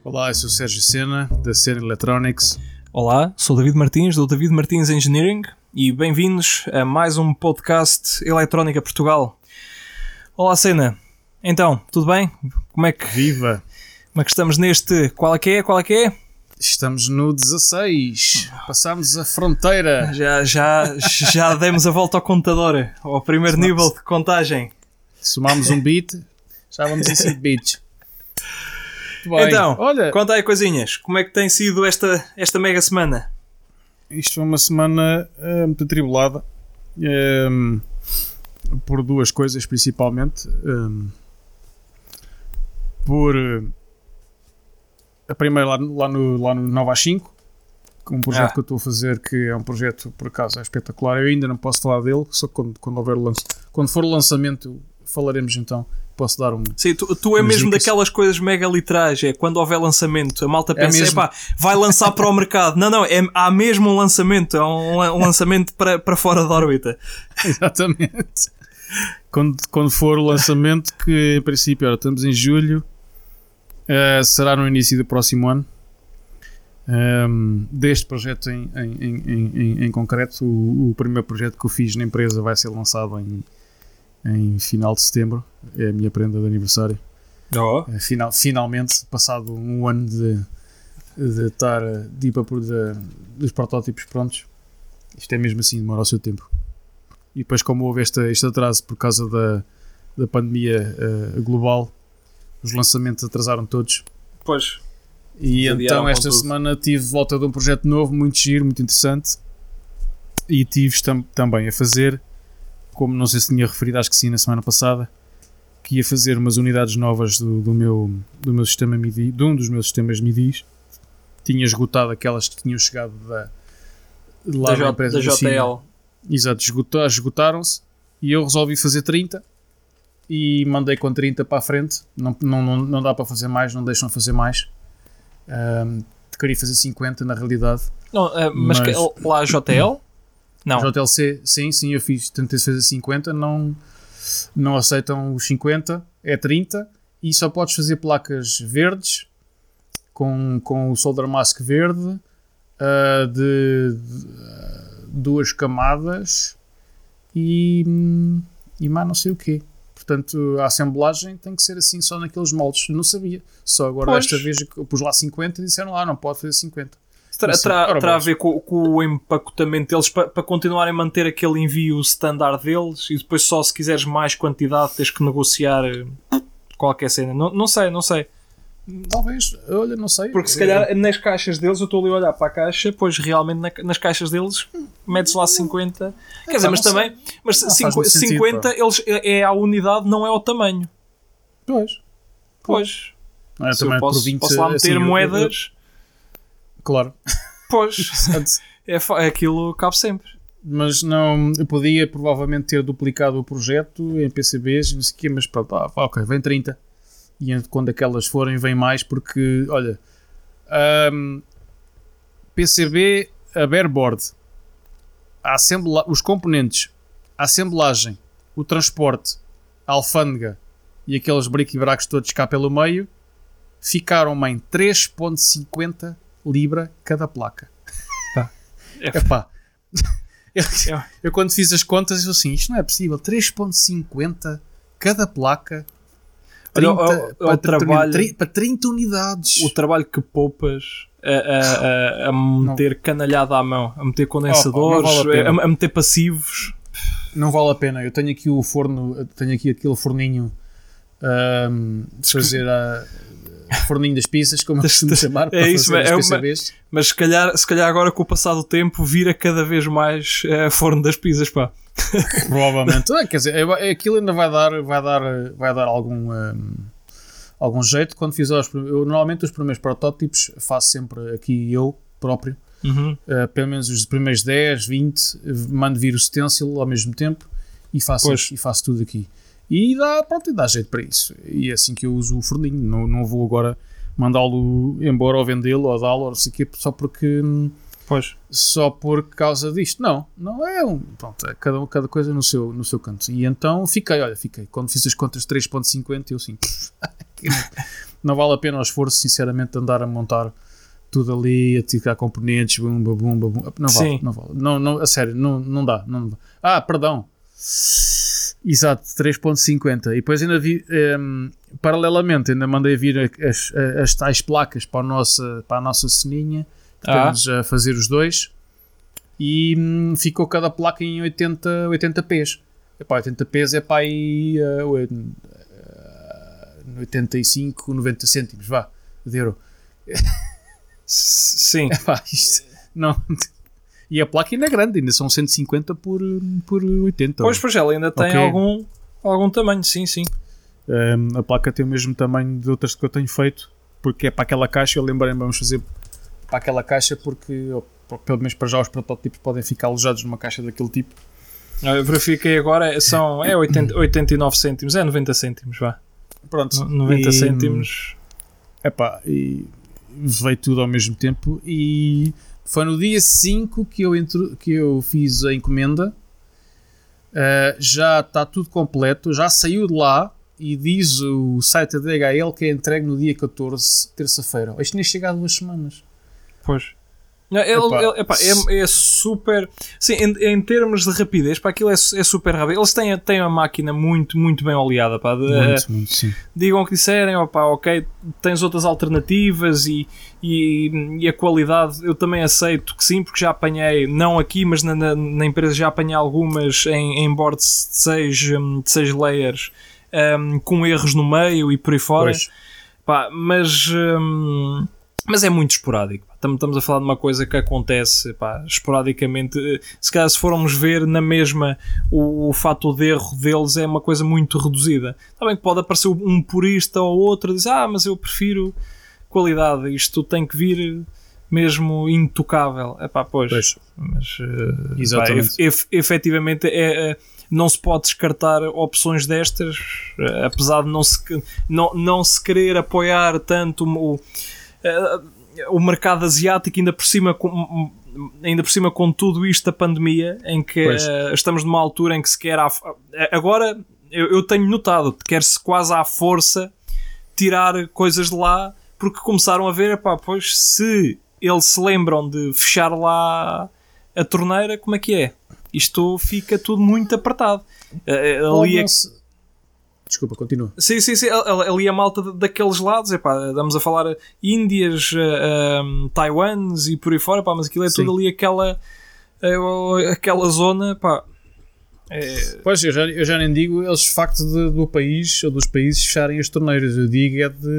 Olá, eu sou o Sérgio Sena, da Sena Electronics. Olá, sou o David Martins, do David Martins Engineering, e bem-vindos a mais um podcast Eletrónica Portugal. Olá, Sena. Então, tudo bem? Viva! Como é que estamos neste... Qual é que é? Estamos no 16. Passámos a fronteira. Já demos a volta ao contador, ao primeiro nível de contagem. Somámos um beat, já vamos em 5 beats. Bem, então, olha, conta aí coisinhas. Como é que tem sido esta mega semana? isto foi uma semana muito atribulada, por duas coisas principalmente. A primeira lá no Nova às 5, um projeto que eu estou a fazer, que é um projeto por acaso espetacular. Eu ainda não posso falar dele, só quando for o lançamento falaremos. Então posso dar um... Sim, tu é mesmo dicas. Daquelas coisas mega literais. É quando houver lançamento, a malta pensa, mesmo. vai lançar para o mercado. Não, há mesmo um lançamento. É um lançamento para fora da órbita. Exatamente. Quando for o lançamento, que em princípio estamos em julho, será no início do próximo ano. Deste projeto em concreto, o primeiro projeto que eu fiz na empresa vai ser lançado em final de setembro. É a minha prenda de aniversário. Finalmente, passado um ano de estar dos protótipos prontos. Isto é mesmo assim, demora o seu tempo. E depois, como houve este atraso por causa da pandemia global, os lançamentos atrasaram todos. Pois. E então esta semana tive volta de um projeto novo, muito giro, muito interessante. E tive também a fazer, como não sei se tinha referido, acho que sim, na semana passada, que ia fazer umas unidades novas do meu sistema MIDI, de um dos meus sistemas MIDI. Tinha esgotado aquelas que tinham chegado da empresa da JTL. Exato, esgotaram-se e eu resolvi fazer 30 e mandei com 30 para a frente. Não dá para fazer mais, não deixam fazer mais. Queria fazer 50 na realidade. Não, mas lá a JTL? Não. JLC, sim, eu tentei fazer 50, não aceitam os 50, é 30 e só podes fazer placas verdes com o solder mask verde de 2 camadas e mais não sei o quê. Portanto, a assemblagem tem que ser assim só naqueles moldes. Eu não sabia. Só agora desta vez eu pus lá 50 e disseram lá, não pode fazer 50. Terá a ver com o empacotamento deles para continuarem a manter aquele envio standard deles e depois só se quiseres mais quantidade tens que negociar qualquer cena. Não sei. Talvez, olha, não sei. Porque se calhar nas caixas deles, eu estou ali a olhar para a caixa, pois realmente nas caixas deles metes lá 50. Quer dizer, mas 50 eles, é a unidade, não é o tamanho. Pois. Também posso lá meter assim, moedas. Claro. Pois. Aquilo cabe sempre. Mas não, eu podia provavelmente ter duplicado o projeto em PCBs, não sei o quê, mas pronto, ok, vem 30. E quando aquelas forem, vem mais, porque, olha, PCB, a bareboard, os componentes, a assemblagem, o transporte, a alfândega e aqueles bric-e-bracs todos cá pelo meio, ficaram-me em 3.50 libra cada placa. Epá. Eu quando fiz as contas, eu assim, isto não é possível, 3.50 cada placa. 30, para 30 unidades. O trabalho que poupas a meter canalhada à mão, a meter condensadores, a meter passivos. Não vale a pena. Eu tenho aqui o forno, tenho aqui aquele forninho de fazer forninho das pizzas, como eu costumo chamar, para fazer os PCBs. Mas se calhar agora com o passar do tempo vira cada vez mais forno das pizzas, pá. Provavelmente. Quer dizer, aquilo ainda vai dar algum jeito. Quando fizer eu normalmente os primeiros protótipos faço sempre aqui eu próprio. Pelo menos os primeiros 10, 20 mando vir o stencil ao mesmo tempo e faço tudo aqui. E dá jeito para isso. E é assim que eu uso o forninho. Não vou agora mandá-lo embora ou vendê-lo ou dá-lo ou não sei o quê, só por causa disto. Não é pronto, é cada coisa no seu canto. E então fiquei. Quando fiz as contas 3.50, eu assim não vale a pena o esforço, sinceramente, de andar a montar tudo ali, a tirar componentes, bumba, não vale, não vale. Não, a sério, não dá. Perdão. Exato, 3.50. E depois ainda vi, paralelamente, ainda mandei vir as tais placas para a nossa ceninha, que estamos a fazer os dois, e ficou cada placa em 80p. 80p é para aí 85, 90 cêntimos, vá, de euro. Sim. Isto, não... E a placa ainda é grande, ainda são 150 por 80. Pois ela ainda tem algum tamanho, sim. A placa tem o mesmo tamanho de outras que eu tenho feito, porque é para aquela caixa. Eu lembrei-me, vamos fazer para aquela caixa, porque pelo menos para já os protótipos podem ficar alojados numa caixa daquele tipo. Eu verifiquei agora, são 89 cêntimos, 90 cêntimos, vá. Pronto. 90 cêntimos. E veio tudo ao mesmo tempo, e foi no dia 5 que eu fiz a encomenda. Já está tudo completo, já saiu de lá, e diz o site da DHL que é entregue no dia 14, terça-feira. Isto nem chega a 2 semanas. Pois. É super. Sim, em termos de rapidez, aquilo é super rápido. Eles têm a máquina muito, muito bem oleada. Muito, sim. Digam o que disserem, ok, tens outras alternativas e a qualidade eu também aceito que sim, porque já apanhei, não aqui, mas na empresa já apanhei algumas em boards de 6 layers com erros no meio e por aí fora. Mas é muito esporádico. Estamos a falar de uma coisa que acontece esporadicamente. Se calhar, se formos ver na mesma, o fator de erro deles é uma coisa muito reduzida. Está bem que pode aparecer um purista ou outro e diz, mas eu prefiro qualidade, isto tem que vir mesmo intocável. Pois. Mas exatamente. Efetivamente não se pode descartar opções destas, apesar de não se querer apoiar tanto o mercado asiático, ainda por cima com tudo isto da pandemia, em que estamos numa altura em que se quer agora eu tenho notado que quer-se quase à força tirar coisas de lá, porque começaram a ver, pois se eles se lembram de fechar lá a torneira, como é que é? Isto fica tudo muito apertado. Desculpa, continua. Sim, ali a malta daqueles lados, estamos a falar Índias, Taiwans e por aí fora, mas aquilo é tudo ali aquela zona, Pois, eu já nem digo eles de facto do país ou dos países fecharem as torneiras, eu digo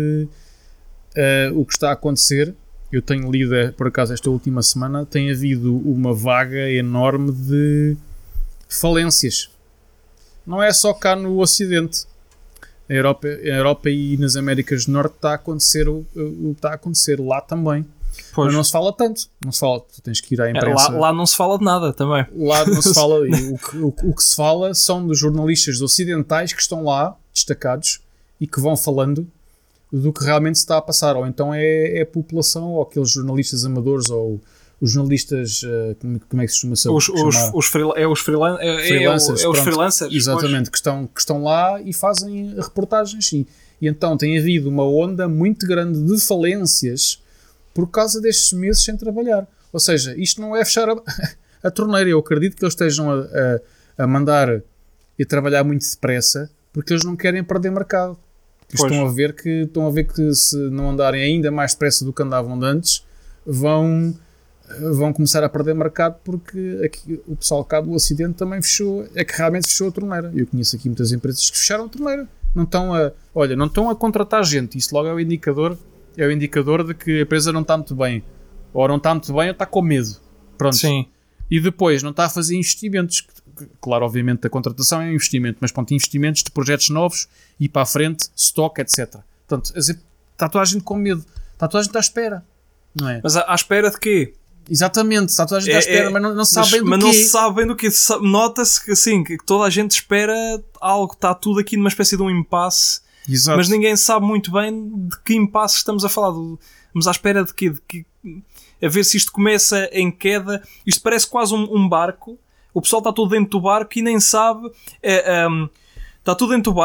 o que está a acontecer. Eu tenho lido, por acaso, esta última semana, tem havido uma vaga enorme de falências. Não é só cá no Ocidente. A Europa e nas Américas do Norte está a acontecer o que está a acontecer lá também. Mas não se fala tanto. Não se fala, tu tens que ir à imprensa. Lá não se fala de nada também. Lá não se fala. O que se fala são dos jornalistas ocidentais que estão lá, destacados, e que vão falando do que realmente se está a passar. Ou então é a população, ou aqueles jornalistas amadores, ou os jornalistas, como é que se chama? Os freelancers. Exatamente, que estão lá e fazem reportagens. E então tem havido uma onda muito grande de falências por causa destes meses sem trabalhar. Ou seja, isto não é fechar a torneira. Eu acredito que eles estejam a mandar e a trabalhar muito depressa porque eles não querem perder mercado. Estão a ver que se não andarem ainda mais depressa do que andavam de antes, vão começar a perder mercado, porque aqui, o pessoal cá do Ocidente também realmente fechou a torneira. Eu conheço aqui muitas empresas que fecharam a torneira. Não estão a contratar gente. Isso logo é o indicador de que a empresa não está muito bem. Ou não está muito bem ou está com medo. Pronto. Sim. E depois não está a fazer investimentos. Claro, obviamente a contratação é um investimento, mas investimentos de projetos novos e para a frente, stock, etc. Portanto, está toda a gente com medo. Está toda a gente à espera. Não é? Mas à espera de quê? Exatamente, está toda a gente à espera, mas não sabem do quê. Mas não sabem do quê. Nota-se que, assim, que toda a gente espera algo, está tudo aqui numa espécie de um impasse. Exato. Mas ninguém sabe muito bem de que impasse estamos a falar. Mas à espera de quê? A ver se isto começa em queda. Isto parece quase um barco. O pessoal está todo dentro do barco e nem sabe. Está tudo dentro do barco,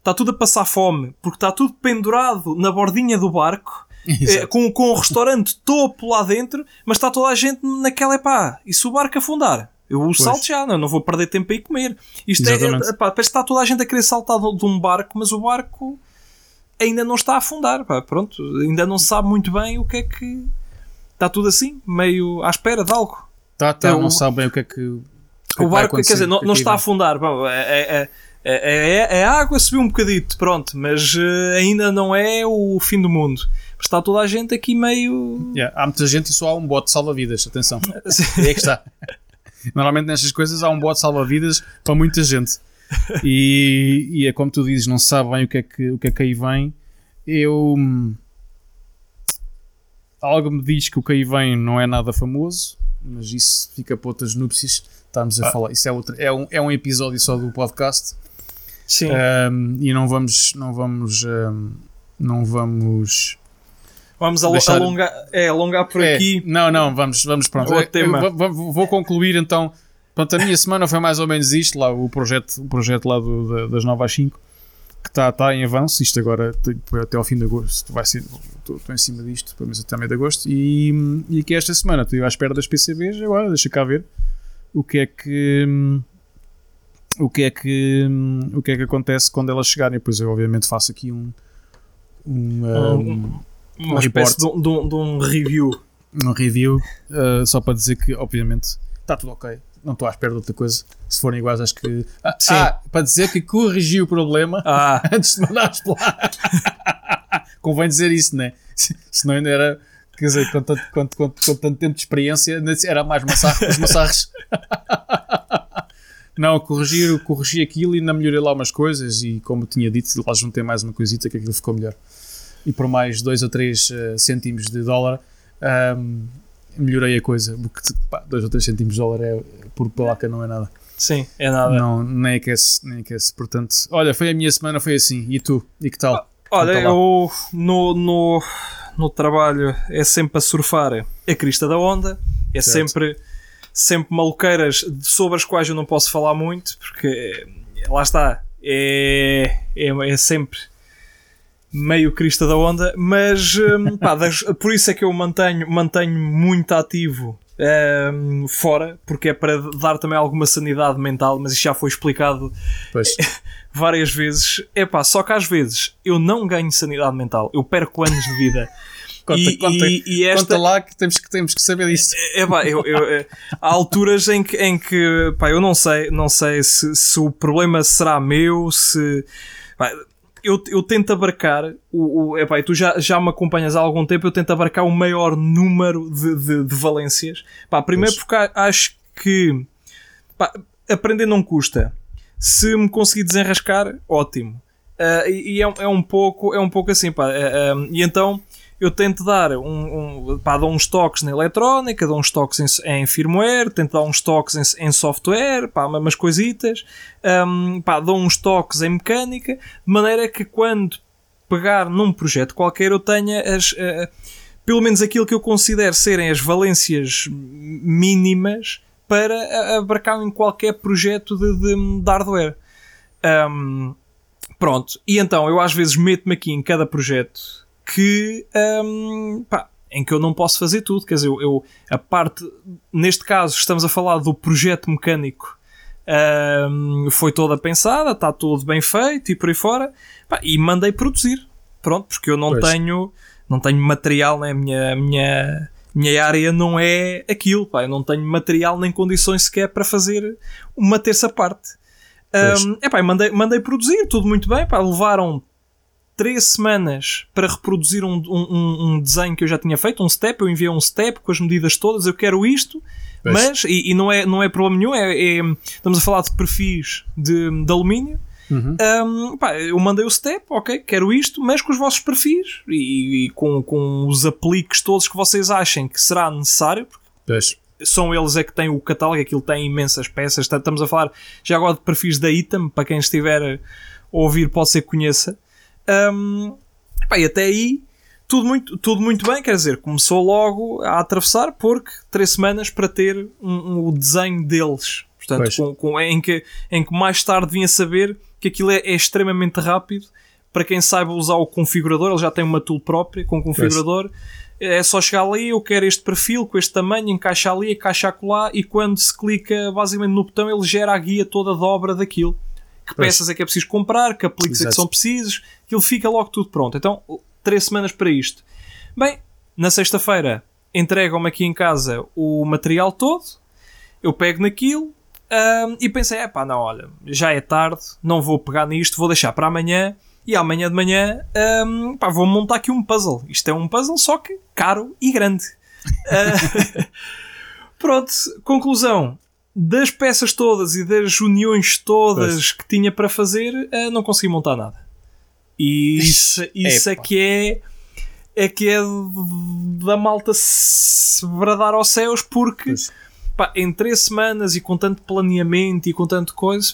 está tudo a passar fome, porque está tudo pendurado na bordinha do barco, com um restaurante topo lá dentro, mas está toda a gente naquela, e se o barco afundar? Eu salto já, não vou perder tempo aí comer. Isto parece que está toda a gente a querer saltar de um barco, mas o barco ainda não está a afundar, pronto, ainda não se sabe muito bem o que é que... Está tudo assim, meio à espera de algo. Não sabe bem o que é que... O barco, quer dizer, não está a afundar. A água subiu um bocadito, pronto, mas ainda não é o fim do mundo. Está toda a gente aqui meio... Há muita gente e só há um bote salva-vidas, atenção. É que está. Normalmente nestas coisas há um bote salva-vidas para muita gente. E é como tu dizes, não se sabe bem o que é que aí vem. Algo me diz que o que aí vem não é nada famoso, mas isso fica para outras núpcias. Estamos a falar, isso é um episódio só do podcast. Sim. E não vamos alongar por aqui. Não, vamos pronto. Vou concluir então. Pronto, a minha semana foi mais ou menos isto, lá o projeto lá das 9 às 5, que está em avanço. Isto agora até ao fim de agosto estou em cima disto, pelo menos até meio de agosto, e aqui esta semana estou à espera das PCBs. Agora deixa cá ver o que é que acontece quando elas chegarem. Depois eu obviamente faço aqui uma espécie de um review. Um review, só para dizer que obviamente está tudo ok. Não estou à espera de outra coisa. Se forem iguais, acho que... para dizer que corrigi o problema antes de mandar-os para lá. Convém dizer isso, não é? Senão ainda era... Quer dizer, com tanto tempo de experiência, era mais massacre que os massacres. Não, corrigi aquilo e ainda melhorei lá umas coisas. E como eu tinha dito, lá juntei mais uma coisita que aquilo ficou melhor. E por mais 2 ou 3 cêntimos de dólar... melhorei a coisa, porque 2 ou 3 cêntimos de dólar por placa não é nada. Sim, é nada. Não, nem aquece. Portanto, olha, foi a minha semana, foi assim. E tu? E que tal? Olha, eu no trabalho é sempre a surfar a crista da onda, é sempre maluqueiras sobre as quais eu não posso falar muito, porque lá está, é sempre meio crista da onda, mas por isso é que eu mantenho muito ativo fora, porque é para dar também alguma sanidade mental, mas isto já foi explicado várias vezes. Só que às vezes eu não ganho sanidade mental, eu perco anos de vida. Conta lá que temos que saber disso. Há alturas em que eu não sei se o problema será meu, se... Eu tento abarcar tu já me acompanhas há algum tempo, eu tento abarcar o maior número de valências. Primeiro porque acho que aprender não custa. Se me conseguir desenrascar, ótimo. E é um pouco assim, e então eu tento dar dou uns toques na eletrónica, dou uns toques em firmware, tento dar uns toques em software, umas coisitas, dou uns toques em mecânica, de maneira que quando pegar num projeto qualquer eu tenha pelo menos aquilo que eu considero serem as valências mínimas para abarcar em qualquer projeto de hardware. Pronto, e então eu às vezes meto-me aqui em cada projeto em que eu não posso fazer tudo. Quer dizer, a parte, neste caso estamos a falar do projeto mecânico, foi toda pensada, está tudo bem feito e por aí fora, e mandei produzir, pronto, porque eu não tenho material, né? Minha área não é aquilo, eu não tenho material nem condições sequer para fazer uma terça parte. Mandei produzir, tudo muito bem, levaram 3 semanas para reproduzir um desenho que eu já tinha feito, um step. Eu enviei um step com as medidas todas, eu quero isto, mas não é problema nenhum, estamos a falar de perfis de alumínio. Eu mandei o step, ok, quero isto, mas com os vossos perfis e com os apliques todos que vocês achem que será necessário, porque são eles que têm o catálogo, aquilo tem imensas peças. Estamos a falar já agora de perfis da Item, para quem estiver a ouvir pode ser que conheça. E até aí tudo muito bem, quer dizer, começou logo a atravessar, porque 3 semanas para ter o desenho deles, portanto, em que mais tarde vinha saber que aquilo é extremamente rápido. Para quem saiba usar o configurador, ele já tem uma tool própria com o configurador. É só chegar ali, eu quero este perfil com este tamanho, encaixa ali, encaixa acolá, e quando se clica basicamente no botão, ele gera a guia toda de obra daquilo. Que peças é que é preciso comprar, que apliques é que são precisos, aquilo fica logo tudo pronto. Então, 3 semanas para isto. Bem, na sexta-feira entregam-me aqui em casa o material todo, eu pego naquilo e pensei, não, olha, já é tarde, não vou pegar nisto, vou deixar para amanhã. E amanhã de manhã vou montar aqui um puzzle. Isto é um puzzle, só que caro e grande. Pronto, conclusão. Das peças todas e das uniões todas que tinha para fazer, não consegui montar nada. E isso é que é da malta se bradar aos céus, porque em 3 semanas e com tanto planeamento e com tanto coisa,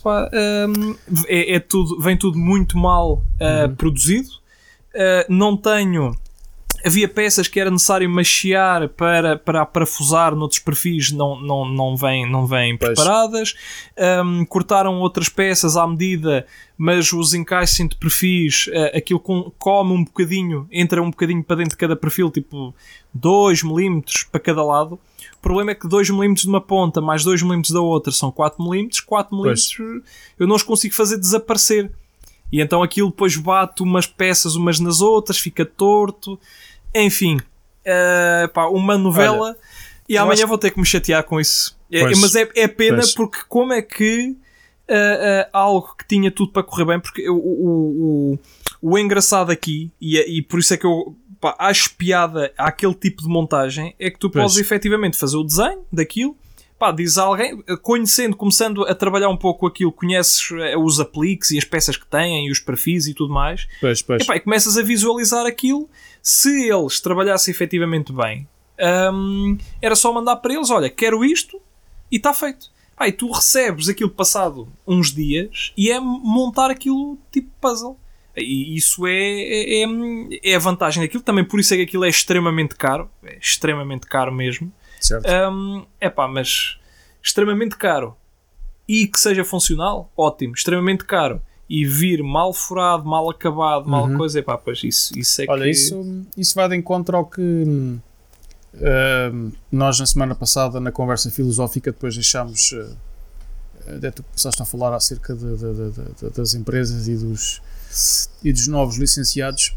vem tudo muito mal produzido. Não tenho... Havia peças que era necessário machear para parafusar noutros perfis, não vêm preparadas. Cortaram outras peças à medida, mas os encaixes entre perfis, aquilo come um bocadinho, entra um bocadinho para dentro de cada perfil, tipo 2 mm para cada lado. O problema é que 2 mm de uma ponta mais 2 mm da outra são 4 mm. 4 mm eu não os consigo fazer desaparecer. E então aquilo depois bate umas peças umas nas outras, fica torto. Enfim, uma novela. Olha, e amanhã vou ter que me chatear com isso. Mas é pena porque como é que algo que tinha tudo para correr bem, porque o engraçado aqui, e por isso é que eu acho piada àquele tipo de montagem, é que tu podes efetivamente fazer o desenho daquilo, diz a alguém, começando a trabalhar um pouco aquilo, conheces os apliques e as peças que têm e os perfis e tudo mais, e começas a visualizar aquilo. Se eles trabalhassem efetivamente bem, era só mandar para eles, olha, quero isto, e está feito. E tu recebes aquilo passado uns dias e é montar aquilo tipo puzzle. E isso é a vantagem daquilo. Também por isso é que aquilo é extremamente caro. É extremamente caro mesmo. Certo. Mas extremamente caro. E que seja funcional, ótimo. Extremamente caro. E vir mal furado, mal acabado, mal coisa, pois isso é olha, que... isso vai de encontro ao que nós na semana passada, na conversa filosófica, depois deixámos... tu começaste a falar acerca das empresas e dos novos licenciados.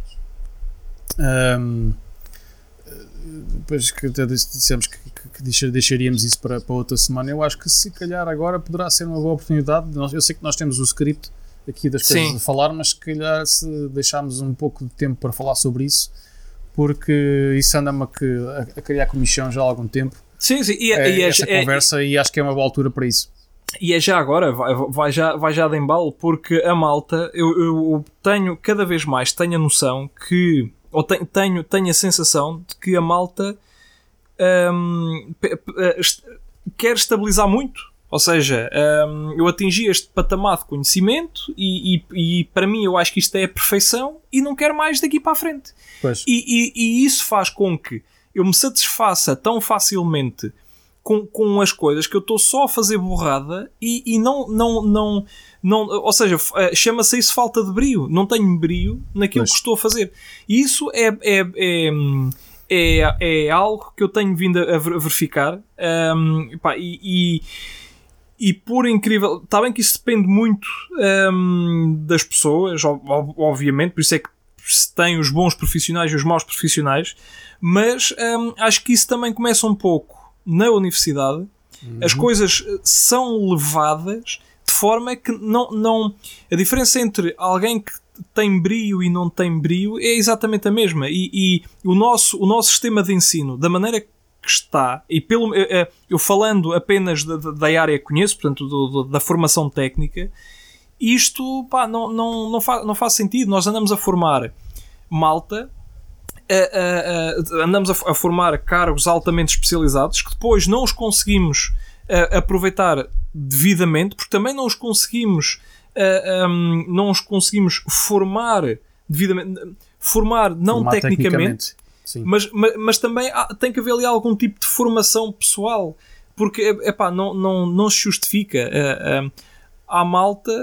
Depois que até dissemos que deixaríamos isso para outra semana. Eu acho que se calhar agora poderá ser uma boa oportunidade. Eu sei que nós temos o script aqui das coisas a falar, mas se calhar se deixarmos um pouco de tempo para falar sobre isso, porque isso anda-me a criar comichão já há algum tempo. Sim. Esta conversa, e acho que é uma boa altura para isso. E é já agora, vai já de embalo, porque a malta, eu tenho cada vez mais tenho a noção que, ou tenho a sensação de que a malta quer estabilizar muito. Ou seja, eu atingi este patamar de conhecimento e para mim eu acho que isto é a perfeição e não quero mais daqui para a frente. E isso faz com que eu me satisfaça tão facilmente com as coisas que eu estou só a fazer borrada e não ou seja, chama-se isso falta de brio. Não tenho brio naquilo que estou a fazer. E isso é algo que eu tenho vindo a verificar. E por incrível... Está bem que isso depende muito das pessoas, obviamente, por isso é que se tem os bons profissionais e os maus profissionais, mas acho que isso também começa um pouco na universidade. As coisas são levadas de forma que não... A diferença entre alguém que tem brio e não tem brio é exatamente a mesma. E o nosso sistema de ensino, da maneira que está, e eu falando apenas da área que conheço, portanto da formação técnica, isto não faz sentido. Nós andamos a formar malta, andamos a formar cargos altamente especializados que depois não os conseguimos aproveitar devidamente, porque também não os conseguimos formar devidamente, não tecnicamente. Mas também tem que haver ali algum tipo de formação pessoal, porque não se justifica. Há malta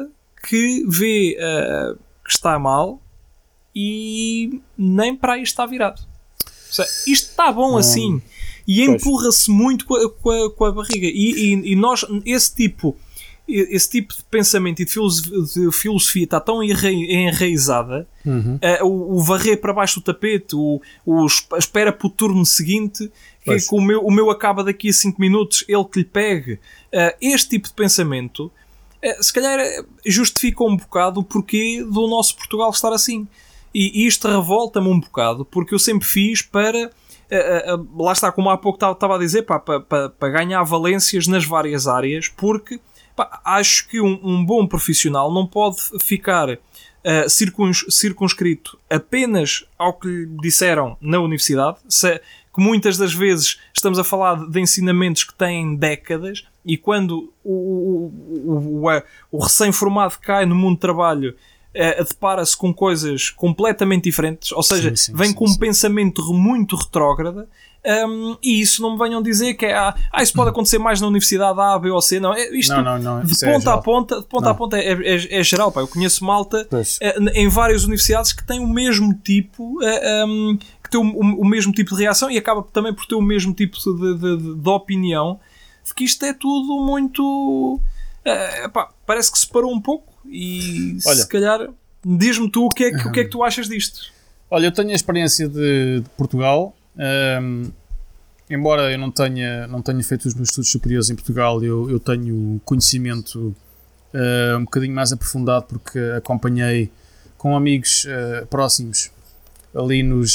que vê que está mal e nem para aí está virado. Ou seja, isto está bom assim, e empurra-se muito com a barriga, e nós, esse tipo de pensamento e de filosofia está tão enraizada, o varrer para baixo do tapete, a espera para o turno seguinte, que o meu acaba daqui a 5 minutos, ele que lhe pegue, este tipo de pensamento se calhar justifica um bocado o porquê do nosso Portugal estar assim. E isto revolta-me um bocado, porque eu sempre fiz para... lá está, como há pouco estava a dizer, para ganhar valências nas várias áreas, porque acho que um bom profissional não pode ficar circunscrito apenas ao que lhe disseram na universidade, que muitas das vezes estamos a falar de ensinamentos que têm décadas, e quando o recém-formado cai no mundo do trabalho, depara-se com coisas completamente diferentes, ou seja, vem com um pensamento muito retrógrada, e isso não me venham dizer que isso pode acontecer mais na universidade A, B ou C. Não, isto não, de ponta a ponta é geral. Eu conheço malta em várias universidades que tem o mesmo tipo que tem o mesmo tipo de reação, e acaba também por ter o mesmo tipo de opinião, de que isto é tudo muito parece que se parou um pouco. E se calhar diz-me tu o que é que tu achas disto. Olha, eu tenho a experiência de Portugal, embora eu não tenha feito os meus estudos superiores em Portugal, eu tenho conhecimento um bocadinho mais aprofundado, porque acompanhei com amigos próximos ali no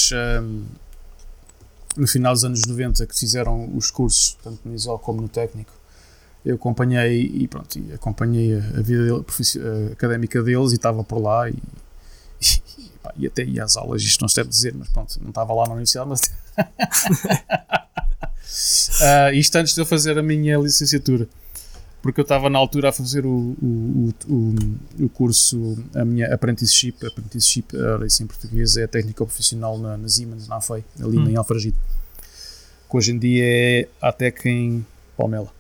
final dos anos 90, que fizeram os cursos tanto no ISOL como no técnico. Eu acompanhei a vida académica deles, e estava por lá, e até ia às aulas. Isto não se deve dizer, mas pronto, não estava lá na universidade, mas isto antes de eu fazer a minha licenciatura, porque eu estava na altura a fazer o curso, a minha apprenticeship era isso em português, é a técnica profissional na Siemens, na AFEI, ali em Alfragide, que hoje em dia é a Tec em Palmela.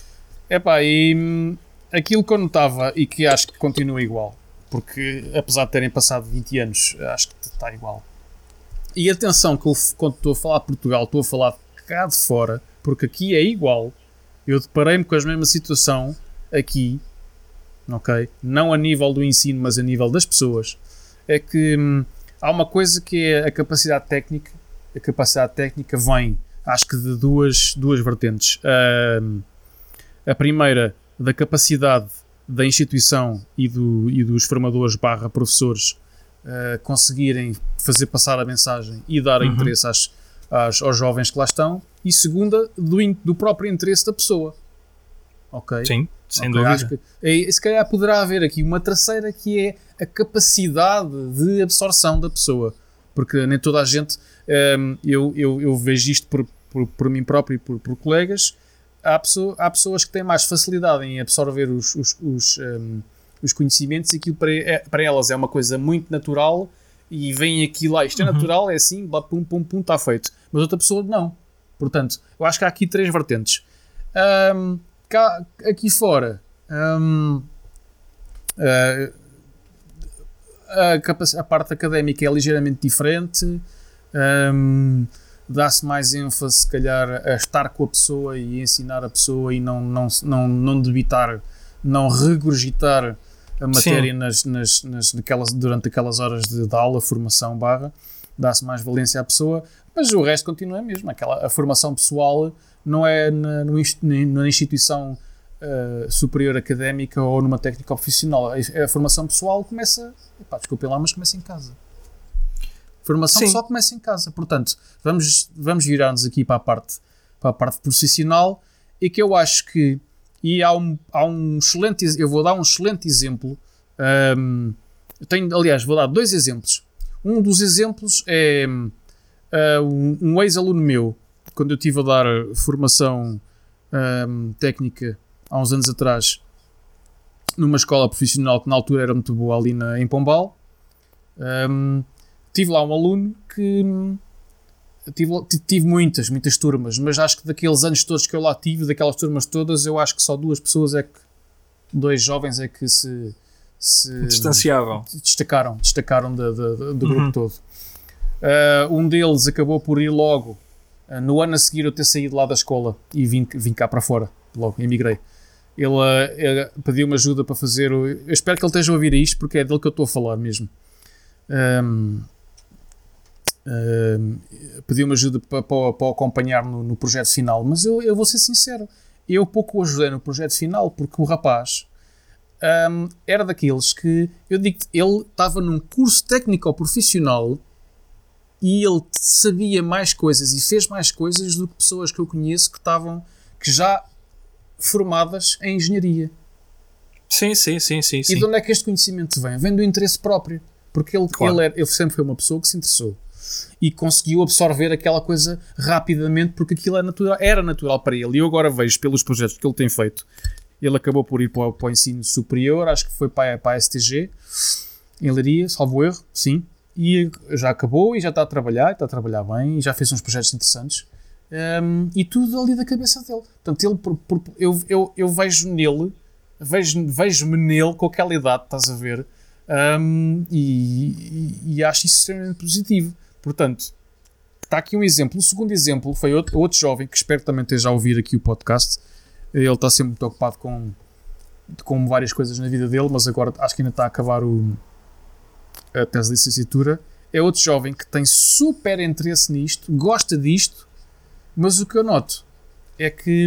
E aquilo que eu notava, e que acho que continua igual, porque apesar de terem passado 20 anos, acho que está igual. E atenção, que quando estou a falar de Portugal, estou a falar cá de fora, porque aqui é igual. Eu deparei-me com a mesma situação aqui, ok? Não a nível do ensino, mas a nível das pessoas. É que há uma coisa que é a capacidade técnica. A capacidade técnica vem, acho que de duas vertentes. A primeira, da capacidade da instituição e dos formadores / professores conseguirem fazer passar a mensagem e dar interesse aos jovens que lá estão. E segunda, do próprio interesse da pessoa. Ok? Sim, sem dúvida. Acho que, se calhar poderá haver aqui uma terceira, que é a capacidade de absorção da pessoa. Porque nem toda a gente... eu vejo isto por mim próprio e por colegas. Há pessoas que têm mais facilidade em absorver os conhecimentos, e aquilo para elas é uma coisa muito natural, e vem aquilo lá, isto é natural, é assim, blá, pum, pum, pum, está feito. Mas outra pessoa não. Portanto, eu acho que há aqui 3 vertentes. Aqui fora, a parte académica é ligeiramente diferente. Dá-se mais ênfase, se calhar, a estar com a pessoa e ensinar a pessoa, e não debitar, não regurgitar a matéria durante aquelas horas de aula, formação / dá-se mais valência à pessoa, mas o resto continua mesmo. A formação pessoal não é na instituição superior académica ou numa técnica profissional. A formação pessoal começa, desculpem lá, mas começa em casa. Formação só começa em casa. Portanto, vamos virar-nos aqui para a parte profissional, e que eu acho que há um excelente... Eu vou dar um excelente exemplo. Aliás, vou dar 2 exemplos. Um dos exemplos é um ex-aluno meu, quando eu estive a dar formação técnica há uns anos atrás, numa escola profissional que na altura era muito boa, ali em Pombal. Tive lá um aluno que... Tive muitas turmas, mas acho que daqueles anos todos que eu lá tive, daquelas turmas todas, eu acho que só 2 jovens é que se se distanciavam. Destacaram do grupo todo. Um deles acabou por ir logo, no ano a seguir eu ter saído lá da escola e vim cá para fora, logo, emigrei. Ele pediu-me ajuda para fazer. Eu espero que ele esteja a ouvir isto, porque é dele que eu estou a falar mesmo. Pediu-me ajuda para acompanhar no projeto final, mas eu vou ser sincero, eu pouco o ajudei no projeto final, porque o rapaz era daqueles que, eu digo-te, ele estava num curso técnico ou profissional e ele sabia mais coisas e fez mais coisas do que pessoas que eu conheço que já formadas em engenharia. Sim. E de onde é que este conhecimento vem? Vem do interesse próprio, porque ele sempre foi uma pessoa que se interessou e conseguiu absorver aquela coisa rapidamente, porque aquilo era natural para ele. E eu agora vejo pelos projetos que ele tem feito, ele acabou por ir para o ensino superior, acho que foi para a STG em Leiria, salvo erro, sim, e já acabou e já está a trabalhar bem, e já fez uns projetos interessantes, e tudo ali da cabeça dele. Portanto, eu vejo nele, vejo-me nele com aquela idade, estás a ver, e acho isso extremamente positivo. Portanto, está aqui um exemplo. O segundo exemplo foi outro jovem que espero que também esteja a ouvir aqui o podcast. Ele está sempre muito ocupado com várias coisas na vida dele, mas agora acho que ainda está a acabar a tese de licenciatura. É outro jovem que tem super interesse nisto, gosta disto, mas o que eu noto é que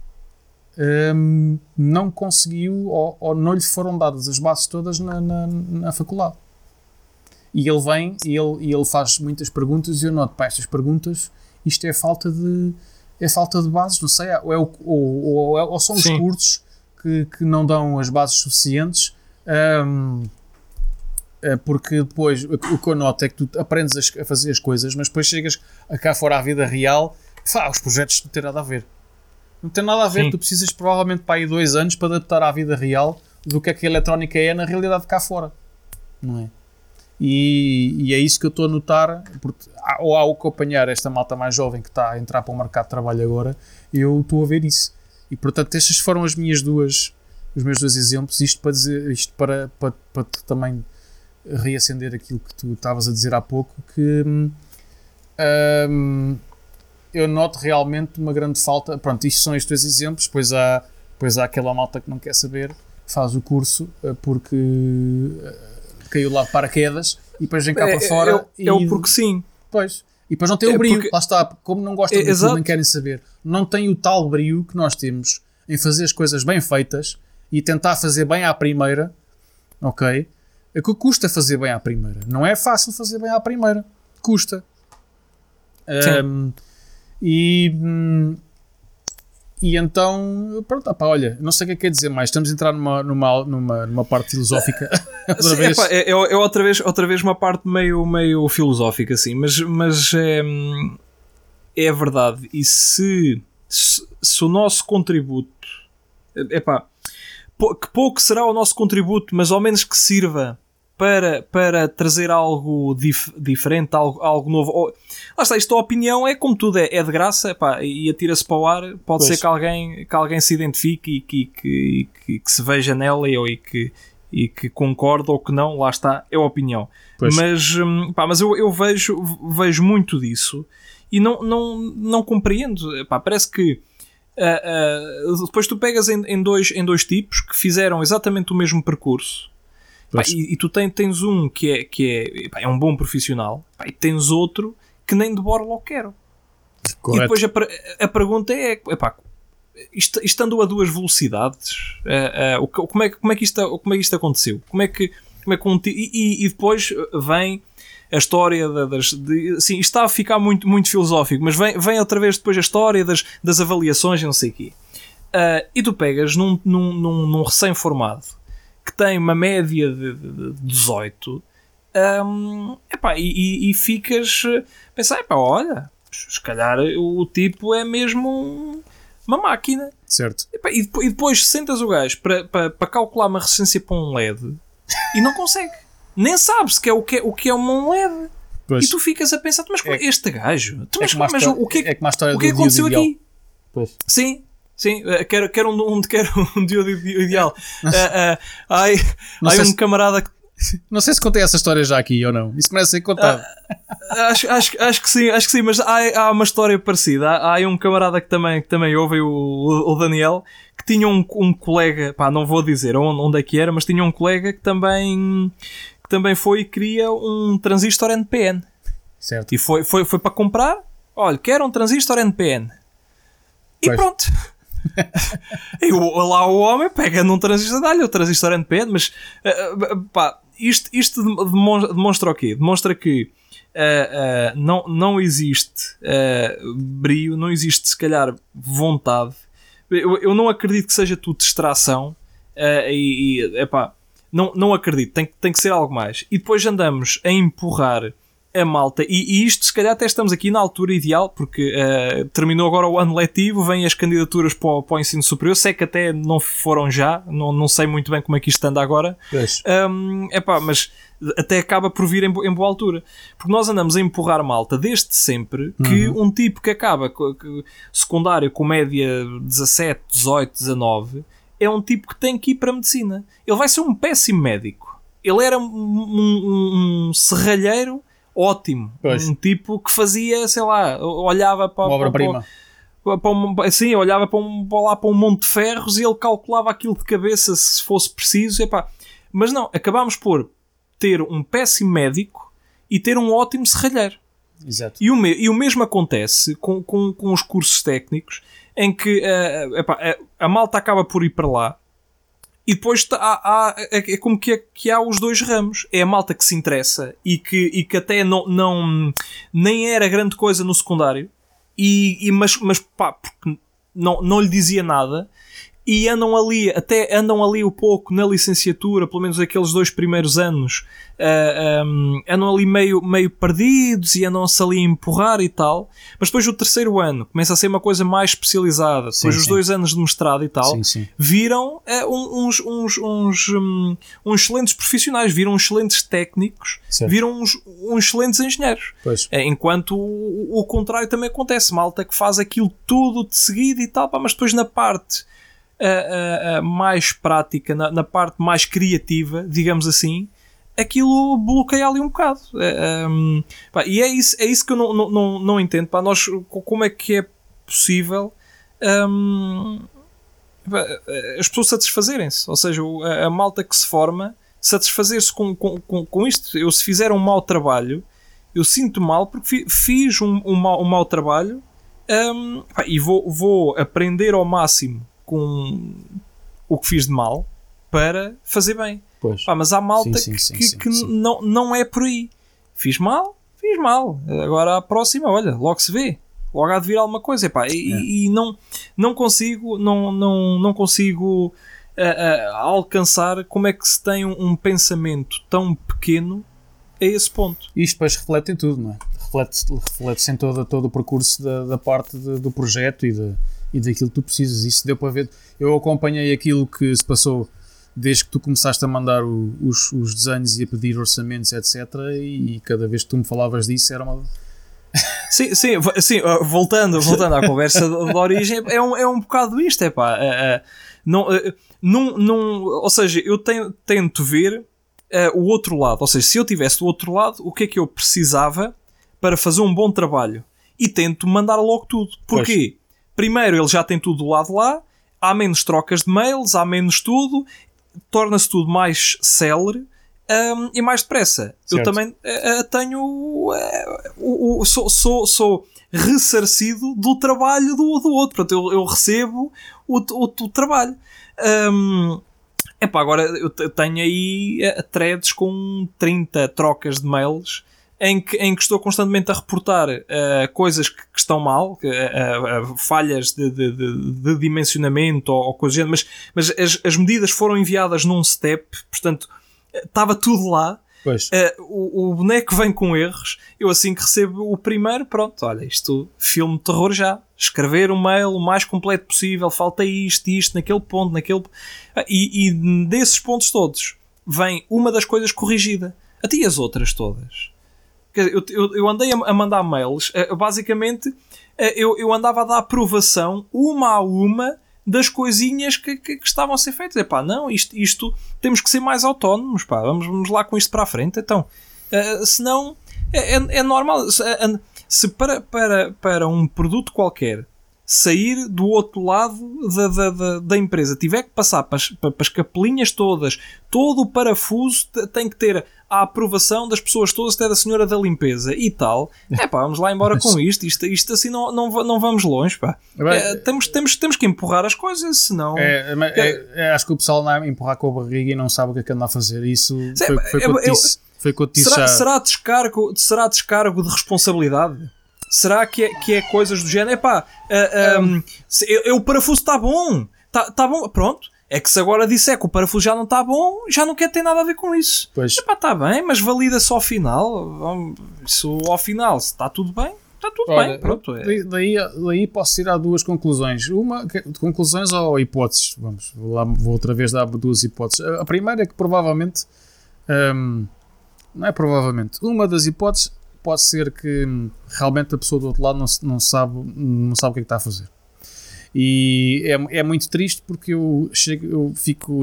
não conseguiu ou não lhe foram dadas as bases todas na faculdade. E ele vem e ele faz muitas perguntas e eu noto, estas perguntas, isto é falta de bases, não sei, ou são os cursos que não dão as bases suficientes, porque depois o que eu noto é que tu aprendes a fazer as coisas, mas depois chegas cá fora à vida real, os projetos não têm nada a ver. Não tem nada a ver, tu precisas provavelmente para aí 2 anos para adaptar à vida real do que a eletrónica é na realidade cá fora, não é? E é isso que eu estou a notar, porque ao acompanhar esta malta mais jovem que está a entrar para o mercado de trabalho agora, eu estou a ver isso. E portanto estas foram os meus dois exemplos, isto para também reacender aquilo que tu estavas a dizer há pouco, que eu noto realmente uma grande falta. Pronto, isto são estes 2 exemplos, pois há aquela malta que não quer saber, faz o curso porque caiu lá de paraquedas e depois vem cá para fora porque sim. Pois. E depois não tem o brio, lá está, como não gostam de tudo, nem querem saber, não tem o tal brio que nós temos em fazer as coisas bem feitas e tentar fazer bem à primeira, ok? É que custa fazer bem à primeira, não é fácil fazer bem à primeira, custa. E então, pronto, olha, não sei o que é que quer dizer mais, estamos a entrar numa parte filosófica. Outra vez. É outra vez uma parte meio filosófica, assim, mas é verdade. E se o nosso contributo, que pouco será o nosso contributo, mas ao menos que sirva para trazer algo diferente, algo novo. Lá está, isto a opinião é como tudo, é de graça, e atira-se para o ar, pode ser que alguém se identifique e que se veja nela e que concorde ou que não, lá está, é a opinião. Mas eu vejo muito disso e não compreendo. Parece que depois tu pegas em dois tipos que fizeram exatamente o mesmo percurso. E tu tens um que é um bom profissional, e tens outro que nem de borla o quero. Correto. E depois a pergunta é, estando a 2 velocidades, como é que isto aconteceu? E depois vem a história assim, isto está a ficar muito, muito filosófico, mas vem outra vez depois a história das avaliações e não sei o quê. E tu pegas num recém-formado que tem uma média de 18, e ficas a pensar, olha, se calhar o tipo é mesmo uma máquina. Certo. E depois sentas o gajo para calcular uma resistência para um LED e não consegue. Nem sabe se o que é um LED. Pois. E tu ficas a pensar, mas este gajo, o que aconteceu aqui? Pois. Sim. Sim, quero um diodo ideal. Há um camarada que... Não sei se contei essa história já aqui ou não. Isso merece ser contado. Acho que sim, mas há uma história parecida. Há um camarada que também ouve, o Daniel, que tinha um colega, pá, não vou dizer onde é que era, mas tinha um colega que também foi e queria um transistor NPN. Certo. E foi para comprar. Olha, quero um transistor NPN. E pronto. E lá o homem pega num transistor, dá-lhe o transistor NPN, mas pá, isto demonstra o quê? Demonstra que não existe brio, não existe se calhar vontade. Eu não acredito que seja tudo distração, não acredito, tem que ser algo mais. E depois andamos a empurrar a malta, e isto se calhar até estamos aqui na altura ideal, porque terminou agora o ano letivo, vêm as candidaturas para o ensino superior, sei que até não foram já, não sei muito bem como é que isto anda agora, mas até acaba por vir em boa altura, porque nós andamos a empurrar a malta desde sempre, que um tipo que acaba secundário com média 17, 18, 19, é um tipo que tem que ir para a medicina. Ele vai ser um péssimo médico, ele era um serralheiro ótimo. Pois. Um tipo que fazia, sei lá, olhava para... Uma obra-prima. Sim, olhava para um monte de ferros e ele calculava aquilo de cabeça se fosse preciso. Mas não, acabámos por ter um péssimo médico e ter um ótimo serralheiro. Exato. E o mesmo acontece com os cursos técnicos, em que a malta acaba por ir para lá. E depois é como que há os dois ramos. É a malta que se interessa e que até nem era grande coisa no secundário, mas pá, porque não lhe dizia nada, e andam ali um pouco na licenciatura, pelo menos aqueles 2 primeiros anos, andam ali meio perdidos e andam-se ali a empurrar e tal, mas depois o 3º ano começa a ser uma coisa mais especializada, depois os 2 anos de mestrado e tal, viram uns excelentes profissionais, viram excelentes técnicos, viram uns excelentes engenheiros, enquanto o contrário também acontece, malta que faz aquilo tudo de seguida e tal, mas depois na parte mais prática, na parte mais criativa, digamos assim, aquilo bloqueia ali um bocado. E é isso que eu não entendo. Pá, nós, como é que é possível as pessoas satisfazerem-se? Ou seja, a malta que se forma satisfazer-se com isto. Eu, se fizer um mau trabalho, eu sinto mal porque fiz um mau trabalho, e vou aprender ao máximo com o que fiz de mal para fazer bem. Mas há malta que não é por aí. Fiz mal. Agora a próxima, olha, logo se vê. Logo há de vir alguma coisa. E não consigo alcançar como é que se tem um pensamento tão pequeno a esse ponto. Isto depois reflete em tudo, não é? Reflete-se em todo o percurso da parte do projeto e daquilo que tu precisas. Isso deu para ver. Eu acompanhei aquilo que se passou desde que tu começaste a mandar os desenhos e a pedir orçamentos, etc. E cada vez que tu me falavas disso era uma... Sim, voltando à conversa da origem, é um bocado isto, ou seja, eu tento ver o outro lado, ou seja, se eu tivesse do outro lado, o que é que eu precisava para fazer um bom trabalho, e tento mandar logo tudo. Porquê? Primeiro, ele já tem tudo do lado lá, há menos trocas de mails, há menos tudo, torna-se tudo mais célere e mais depressa. Certo. Eu também tenho... sou ressarcido do trabalho do outro. Portanto, eu recebo o trabalho. Agora eu tenho aí threads com 30 trocas de mails em que estou constantemente a reportar coisas que estão mal, falhas de dimensionamento ou coisas do género, mas as medidas foram enviadas num step, portanto estava tudo lá. O boneco vem com erros. Eu, assim que recebo o primeiro, pronto, olha, isto, filme de terror já. Escrever um mail o mais completo possível, falta isto, naquele ponto, e desses pontos todos vem uma das coisas corrigida. Até as outras todas. Eu andei a mandar mails, basicamente eu andava a dar aprovação uma a uma das coisinhas que estavam a ser feitas. Epá, não, isto temos que ser mais autónomos, pá, vamos lá com isto para a frente. Então, senão é normal. Se para um produto qualquer sair do outro lado da empresa, tiver que passar para as capelinhas todas, todo o parafuso tem que ter a aprovação das pessoas todas, até da senhora da limpeza e tal, vamos lá embora com isto assim não vamos longe, pá. Temos que empurrar as coisas, senão... acho que o pessoal não é empurrar com a barriga e não sabe o que é que anda a fazer. Isso foi o que eu te disse. Será descargo de responsabilidade? Será que é coisas do género? O parafuso está bom. Tá bom, pronto. É que se agora disser que o parafuso já não está bom, já não quer ter nada a ver com isso. Está bem, mas valida-se ao final. Isso ao final, se está tudo bem, está tudo bem. Pronto. Daí posso tirar duas conclusões. Conclusões ou hipóteses. Vou outra vez dar duas hipóteses. A primeira é que provavelmente... não é provavelmente. Uma das hipóteses pode ser que realmente a pessoa do outro lado não sabe o que é que está a fazer. E é muito triste porque eu fico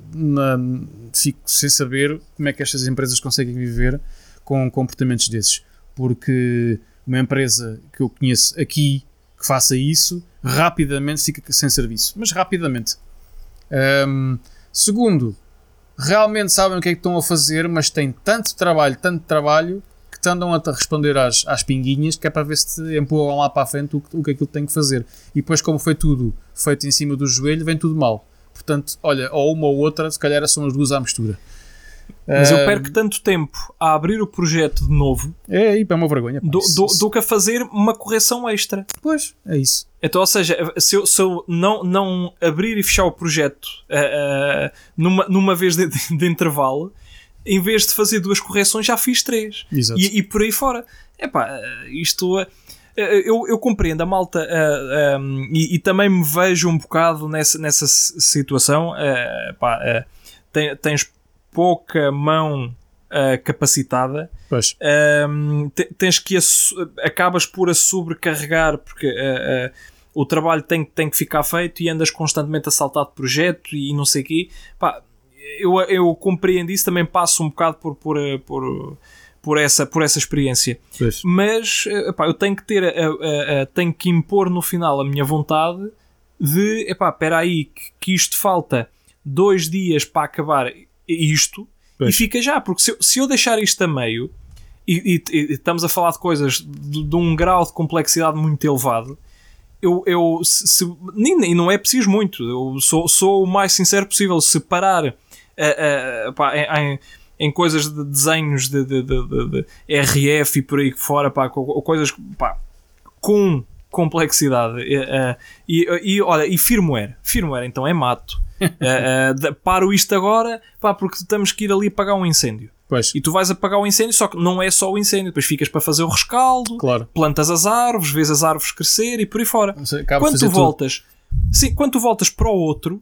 sem saber como é que estas empresas conseguem viver com comportamentos desses. Porque uma empresa que eu conheço aqui que faça isso, rapidamente fica sem serviço. Mas rapidamente. Segundo, realmente sabem o que é que estão a fazer, mas têm tanto trabalho que andam a responder às pinguinhas, que é para ver se te empurram lá para a frente o que aquilo tem que fazer. E depois, como foi tudo feito em cima do joelho, vem tudo mal. Portanto, olha, ou uma ou outra, se calhar são as duas à mistura. Mas eu perco tanto tempo a abrir o projeto de novo é uma vergonha, do que a fazer uma correção extra. Pois, é isso. Então, ou seja, se eu não abrir e fechar o projeto numa vez de intervalo, em vez de fazer 2 correções, já fiz 3. E por aí fora. Isto... Eu compreendo a malta e também me vejo um bocado nessa situação. Tens pouca mão capacitada. Pois. Tens que acabas por a sobrecarregar porque o trabalho tem que ficar feito e andas constantemente a saltar de projeto e não sei o quê. Eu compreendo isso, também passo um bocado por essa experiência. Pois. Mas eu tenho que tenho que impor no final a minha vontade de espera aí que isto falta 2 dias para acabar isto. Pois. E fica já, porque se eu deixar isto a meio e estamos a falar de coisas de um grau de complexidade muito elevado, e não é preciso muito, eu sou o mais sincero possível. Se parar em coisas de desenhos de RF e por aí fora, coisas com complexidade e firmware então é mato. Paro isto agora porque temos que ir ali apagar um incêndio. Pois. E tu vais apagar o incêndio, só que não é só o incêndio, depois ficas para fazer o rescaldo, claro. Plantas as árvores, vês as árvores crescer e por aí fora. Quando tu voltas para o outro,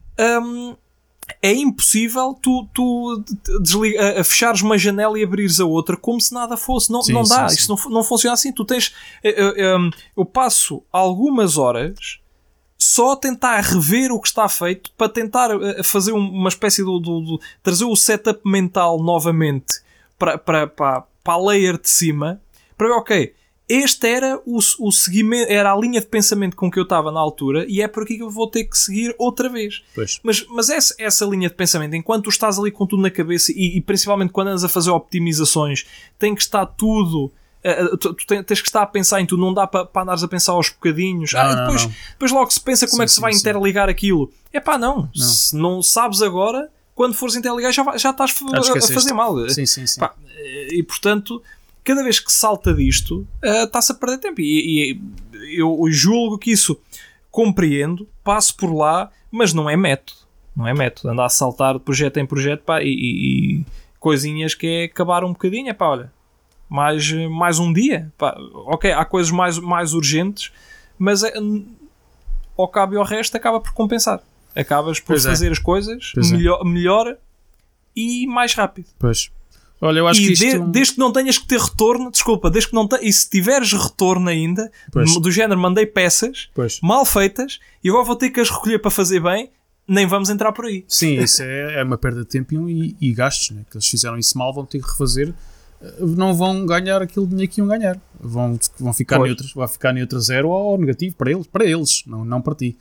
é impossível tu fechares uma janela e abrires a outra como se nada fosse. Não dá, sim. Isso não funciona assim. Tu tens... eu passo algumas horas só a tentar rever o que está feito para tentar fazer uma espécie de trazer o setup mental novamente para a layer de cima, para ver, ok, este era o seguimento, era a linha de pensamento com que eu estava na altura e é por aqui que eu vou ter que seguir outra vez. Pois. Mas essa linha de pensamento, enquanto tu estás ali com tudo na cabeça e principalmente quando andas a fazer optimizações, tem que estar tudo... Tu tens que estar a pensar em tudo, não dá para andares a pensar aos bocadinhos. Depois logo se pensa como é que se vai interligar aquilo. Não. Se não sabes agora, quando fores interligar já estás a fazer mal. Sim. E portanto, cada vez que salta disto, está-se a perder tempo. E eu julgo que isso compreendo, passo por lá, mas não é método. Não é método. Andar a saltar de projeto em projeto e coisinhas que é acabar um bocadinho. Olha, mais um dia. Ok, há coisas mais urgentes, mas ao cabo e ao resto acaba por compensar. Acabas por fazer as coisas melhor e mais rápido. Pois. Olha, eu acho que isto... desde que não tenhas que ter retorno, desculpa, desde que não e se tiveres retorno ainda, do género mandei peças mal feitas e agora vou ter que as recolher para fazer bem, nem vamos entrar por aí. Sim, isso é uma perda de tempo e gastos, né? Que eles fizeram isso mal, vão ter que refazer, não vão ganhar aquilo dinheiro que iam ganhar, vão ficar neutros, vai ficar neutro zero ou negativo para eles, não para ti.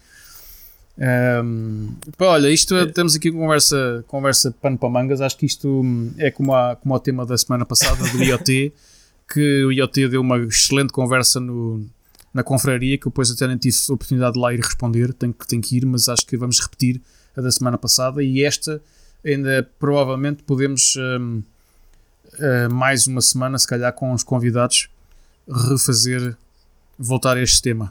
Olha, isto temos aqui conversa pano para mangas. Acho que isto é como o tema da semana passada do IoT, que o IoT deu uma excelente conversa na confraria, que eu depois até nem tive a oportunidade de lá ir responder, tenho que ir, mas acho que vamos repetir a da semana passada, e esta ainda provavelmente podemos mais uma semana, se calhar com os convidados, voltar a este tema.